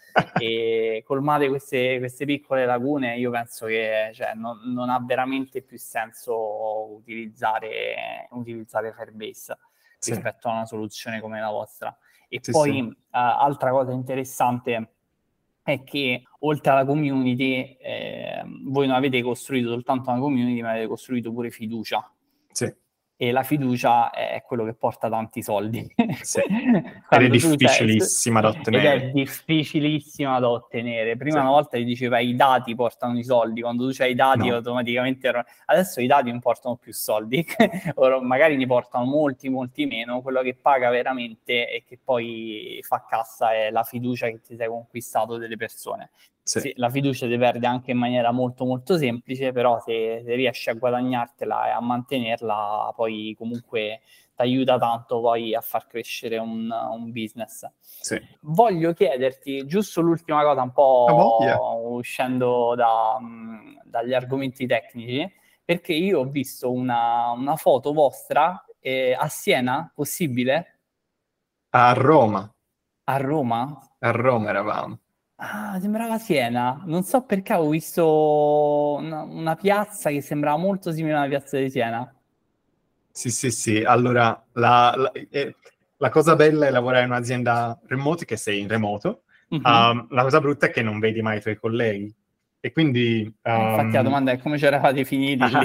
Speaker 2: e colmate queste, queste piccole lacune, io penso che cioè, non, non ha veramente più senso utilizzare, utilizzare Firebase sì. rispetto a una soluzione come la vostra. E sì, poi sì. Uh, altra cosa interessante è che oltre alla community eh, voi non avete costruito soltanto una community, ma avete costruito pure fiducia.
Speaker 3: Sì.
Speaker 2: e la fiducia è quello che porta tanti soldi.
Speaker 3: Sì. Ed è difficilissima da ottenere.
Speaker 2: Ed è difficilissima da ottenere. Prima
Speaker 3: Sì.
Speaker 2: una volta ti diceva i dati portano i soldi, quando tu c'hai i dati
Speaker 3: No.
Speaker 2: automaticamente... Adesso i dati non portano più soldi, o magari ne portano molti, molti meno. Quello che paga veramente e che poi fa cassa è la fiducia che ti sei conquistato delle persone.
Speaker 3: Sì.
Speaker 2: Sì, la fiducia si perde anche in maniera molto molto semplice, però se, se riesci a guadagnartela e a mantenerla, poi comunque ti aiuta tanto poi a far crescere un, un business.
Speaker 3: Sì.
Speaker 2: Voglio chiederti giusto l'ultima cosa, un po'
Speaker 3: Oh, yeah.
Speaker 2: uscendo da, mh, dagli argomenti tecnici, perché io ho visto una, una foto vostra eh, a Siena, possibile?
Speaker 3: A Roma.
Speaker 2: A Roma?
Speaker 3: A Roma eravamo.
Speaker 2: Ah, sembrava Siena. Non so perché ho visto una, una piazza che sembrava molto simile alla piazza di Siena.
Speaker 3: Sì, sì, sì. Allora, la, la, eh, la cosa bella è lavorare in un'azienda remoto, che sei in remoto.
Speaker 2: Mhm.
Speaker 3: Um, la cosa brutta è che non vedi mai i tuoi colleghi. E quindi...
Speaker 2: Eh, infatti la
Speaker 3: um,
Speaker 2: domanda è come ci eravate finiti lì.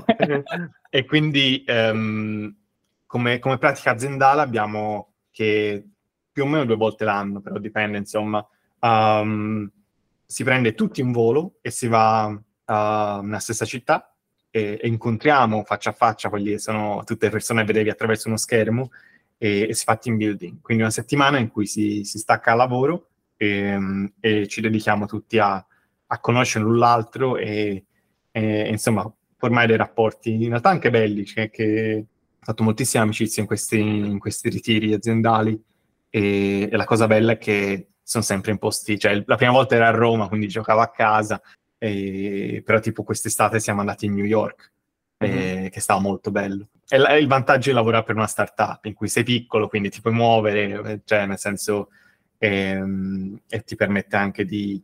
Speaker 3: e quindi um, come, come pratica aziendale abbiamo che più o meno due volte l'anno, però dipende, insomma, um, si prende tutti un volo e si va uh, nella stessa città e, e incontriamo faccia a faccia, quelli sono tutte le persone che vedevi attraverso uno schermo, e, e si fa team building. Quindi una settimana in cui si, si stacca al lavoro e, e ci dedichiamo tutti a, a conoscere l'un l'altro e, e insomma formare dei rapporti in realtà anche belli, cioè che ho fatto moltissime amicizie in questi, in questi ritiri aziendali e, e la cosa bella è che sono sempre in posti, cioè la prima volta era a Roma, quindi giocavo a casa, e, però tipo quest'estate siamo andati in New York,
Speaker 2: Mhm.
Speaker 3: e, che stava molto bello. E la, il vantaggio di lavorare per una startup in cui sei piccolo, quindi ti puoi muovere, cioè nel senso, ehm, e ti permette anche di,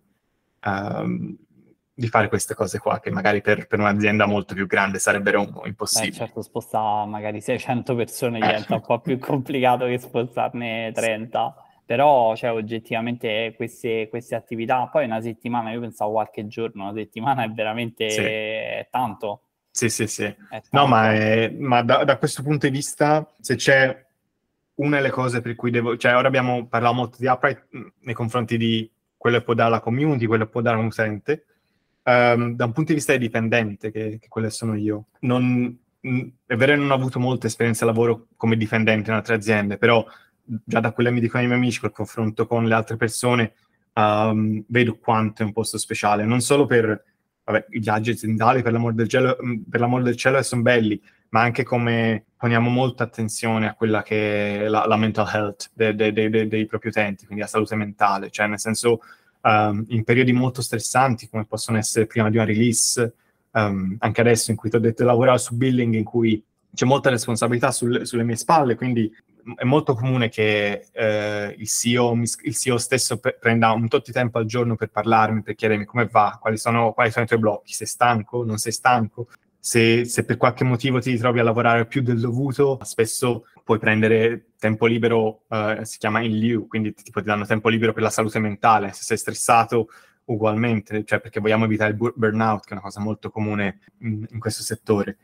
Speaker 3: um, di fare queste cose qua, che magari per, per un'azienda molto più grande sarebbero
Speaker 2: Beh,
Speaker 3: impossibili.
Speaker 2: certo, spostare magari seicento persone diventa un po' più complicato che spostarne trenta. Però, cioè, oggettivamente queste, queste attività, poi una settimana, io pensavo qualche giorno, una settimana è veramente
Speaker 3: Sì.
Speaker 2: è tanto.
Speaker 3: Sì, sì, sì.
Speaker 2: È
Speaker 3: No,
Speaker 2: tanto.
Speaker 3: ma, è, ma da, da questo punto di vista, se c'è una delle cose per cui devo... Cioè, ora abbiamo parlato molto di Upright mh, nei confronti di quello che può dare la community, quello che può dare un utente. Um, da un punto di vista dipendente, che, che quelle sono io, non, mh, è vero che non ho avuto molta esperienza di lavoro come dipendente in altre aziende, però già da quelle che mi dicono i miei amici, col confronto con le altre persone, um, vedo quanto è un posto speciale, non solo per vabbè, i viaggi aziendali, per l'amor del cielo, per l'amor del cielo, sono belli, ma anche come poniamo molta attenzione a quella che è la, la mental health de, de, de, de, dei propri utenti, quindi la salute mentale, cioè nel senso um, in periodi molto stressanti come possono essere prima di una release, um, anche adesso in cui ti ho detto di lavorare su billing, in cui c'è molta responsabilità sul, sulle mie spalle, quindi è molto comune che eh, il, C E O, il C E O stesso pre- prenda un tot di tempo al giorno per parlarmi, per chiedermi come va, quali sono, quali sono i tuoi blocchi, sei stanco, non sei stanco, se, se per qualche motivo ti ritrovi a lavorare più del dovuto, spesso puoi prendere tempo libero, eh, si chiama in lieu, quindi tipo ti danno tempo libero per la salute mentale, se sei stressato ugualmente, cioè perché vogliamo evitare il bur- burnout, che è una cosa molto comune in, in questo settore.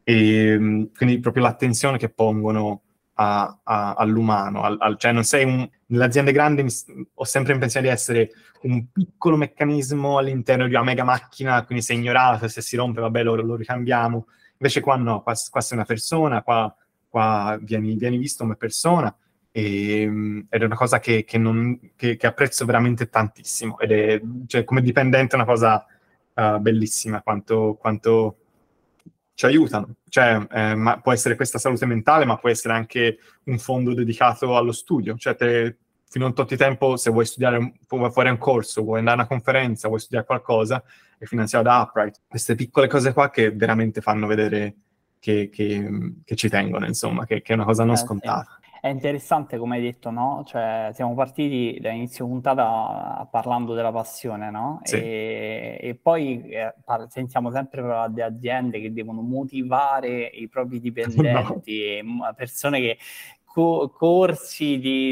Speaker 3: E quindi proprio l'attenzione che pongono A, a, all'umano, al, al, cioè non sei un... Nelle aziende grandi mi, ho sempre l'impressione di essere un piccolo meccanismo all'interno di una mega macchina, quindi sei ignorato, se si rompe vabbè lo, lo ricambiamo, invece qua no, qua, qua sei una persona, qua, qua vieni, vieni visto come persona, e, ed è una cosa che, che, non, che, che apprezzo veramente tantissimo, ed è, cioè, come dipendente è una cosa uh, bellissima, quanto... quanto ci aiutano, cioè eh, ma può essere questa salute mentale, ma può essere anche un fondo dedicato allo studio, cioè te, fino a un tot di tempo se vuoi studiare, vuoi fare un corso, vuoi andare a una conferenza, vuoi studiare qualcosa, è finanziato da Upright. Queste piccole cose qua che veramente fanno vedere che, che, che ci tengono, insomma, che, che è una cosa non
Speaker 2: Eh,
Speaker 3: scontata.
Speaker 2: sì. È interessante come hai detto, no? Cioè, siamo partiti da inizio puntata parlando della passione, no?
Speaker 3: Sì.
Speaker 2: E, e poi eh, par- sentiamo sempre parlare di aziende che devono motivare i propri dipendenti, no. Persone che co- corsi di,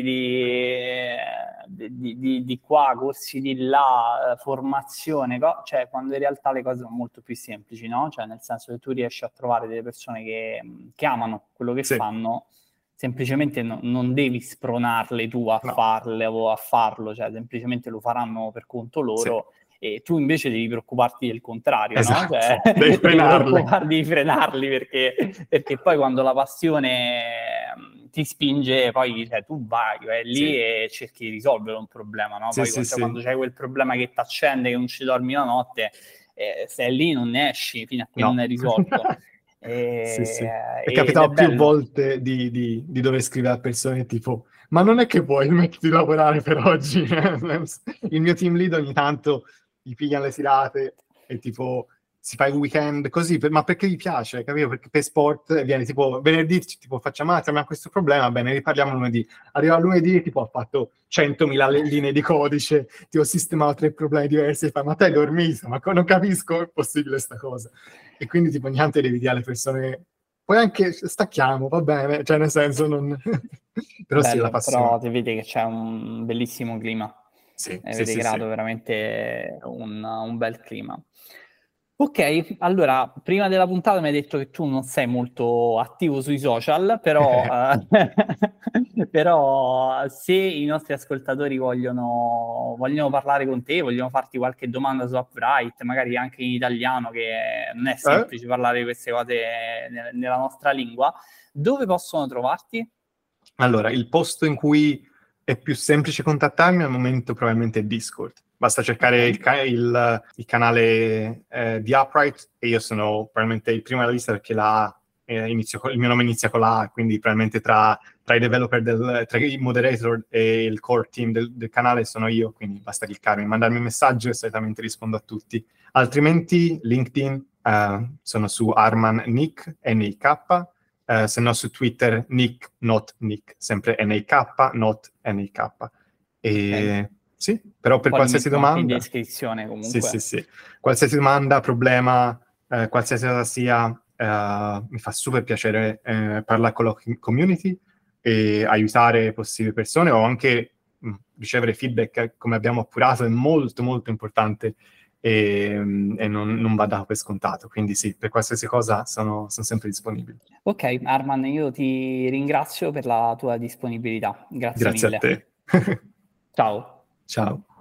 Speaker 2: di, di, di, di qua, corsi di là, formazione, co- cioè quando in realtà le cose sono molto più semplici, no? Cioè nel senso che tu riesci a trovare delle persone che, che amano quello che
Speaker 3: Sì.
Speaker 2: fanno, semplicemente no, non devi spronarle tu a
Speaker 3: No.
Speaker 2: farle o a farlo, cioè semplicemente lo faranno per conto loro.
Speaker 3: Sì.
Speaker 2: E tu invece devi preoccuparti del contrario,
Speaker 3: Esatto,
Speaker 2: no? Cioè,
Speaker 3: devi
Speaker 2: devi
Speaker 3: frenarli.
Speaker 2: preoccuparti di frenarli perché, perché poi quando la passione mh, ti spinge, poi cioè, tu vai, vai lì
Speaker 3: Sì.
Speaker 2: e cerchi di risolvere un problema, no?
Speaker 3: Sì,
Speaker 2: Poi
Speaker 3: sì,
Speaker 2: cioè,
Speaker 3: sì.
Speaker 2: quando c'hai quel problema che ti accende, che non ci dormi la notte, eh, stai lì, non ne esci fino a che
Speaker 3: No.
Speaker 2: non è risolto. E,
Speaker 3: Sì, sì. È
Speaker 2: ed
Speaker 3: capitato
Speaker 2: è
Speaker 3: più
Speaker 2: bello.
Speaker 3: volte di, di, di dover scrivere a persone tipo ma non è che vuoi smetti di lavorare per oggi? Il mio team lead ogni tanto gli pigliano le serate e tipo si fa il weekend così, per, ma perché gli piace, capito? Perché per sport viene tipo venerdì tipo facciamo ah, abbiamo questo problema, bene, riparliamo lunedì. Arriva lunedì tipo ha fatto centomila linee di codice, ti ho sistemato tre problemi diversi e fa ma te hai dormito, ma non capisco è possibile sta cosa. E quindi tipo niente devi dire alle persone poi anche stacchiamo, va bene, cioè nel senso non... però
Speaker 2: Bello,
Speaker 3: sì, la passione.
Speaker 2: però ti vedi che c'è un bellissimo clima.
Speaker 3: Sì,
Speaker 2: E
Speaker 3: sì,
Speaker 2: avete
Speaker 3: sì,
Speaker 2: creato
Speaker 3: sì.
Speaker 2: veramente un, un bel clima. Ok, allora, prima della puntata mi hai detto che tu non sei molto attivo sui social, però, eh, però se i nostri ascoltatori vogliono, vogliono parlare con te, vogliono farti qualche domanda su Upwrite, magari anche in italiano, che non è semplice
Speaker 3: Eh?
Speaker 2: parlare di queste cose nella, nella nostra lingua, dove possono trovarti?
Speaker 3: Allora, il posto in cui è più semplice contattarmi al momento probabilmente è Discord. Basta cercare
Speaker 2: Ok.
Speaker 3: il, ca- il- il canale eh, di Upright e io sono probabilmente il primo della lista perché la, eh, inizio con- il mio nome inizia con la A, quindi probabilmente tra, tra i developer, del, tra i moderator e il core team del, del canale sono io, quindi basta cliccarmi, mandarmi un messaggio e solitamente rispondo a tutti. Altrimenti LinkedIn eh, sono su Arman Nick, N I K, Uh, se no su Twitter Nick, not Nick, sempre N I K, not N I K. E
Speaker 2: Okay.
Speaker 3: sì, però per
Speaker 2: Poi li
Speaker 3: qualsiasi
Speaker 2: mettiamo anche in
Speaker 3: domanda,
Speaker 2: descrizione
Speaker 3: sì,
Speaker 2: comunque.
Speaker 3: sì, sì, qualsiasi domanda, problema, eh, qualsiasi cosa sia, eh, mi fa super piacere eh, parlare con la community e aiutare possibili persone o anche mh, ricevere feedback, eh, come abbiamo appurato, è molto, molto importante e, e non, non va dato per scontato. Quindi sì, per qualsiasi cosa sono, sono sempre disponibile.
Speaker 2: Ok, Arman, io ti ringrazio per la tua disponibilità. Grazie
Speaker 3: Grazie a
Speaker 2: mille.
Speaker 3: te.
Speaker 2: Ciao.
Speaker 3: Ciao.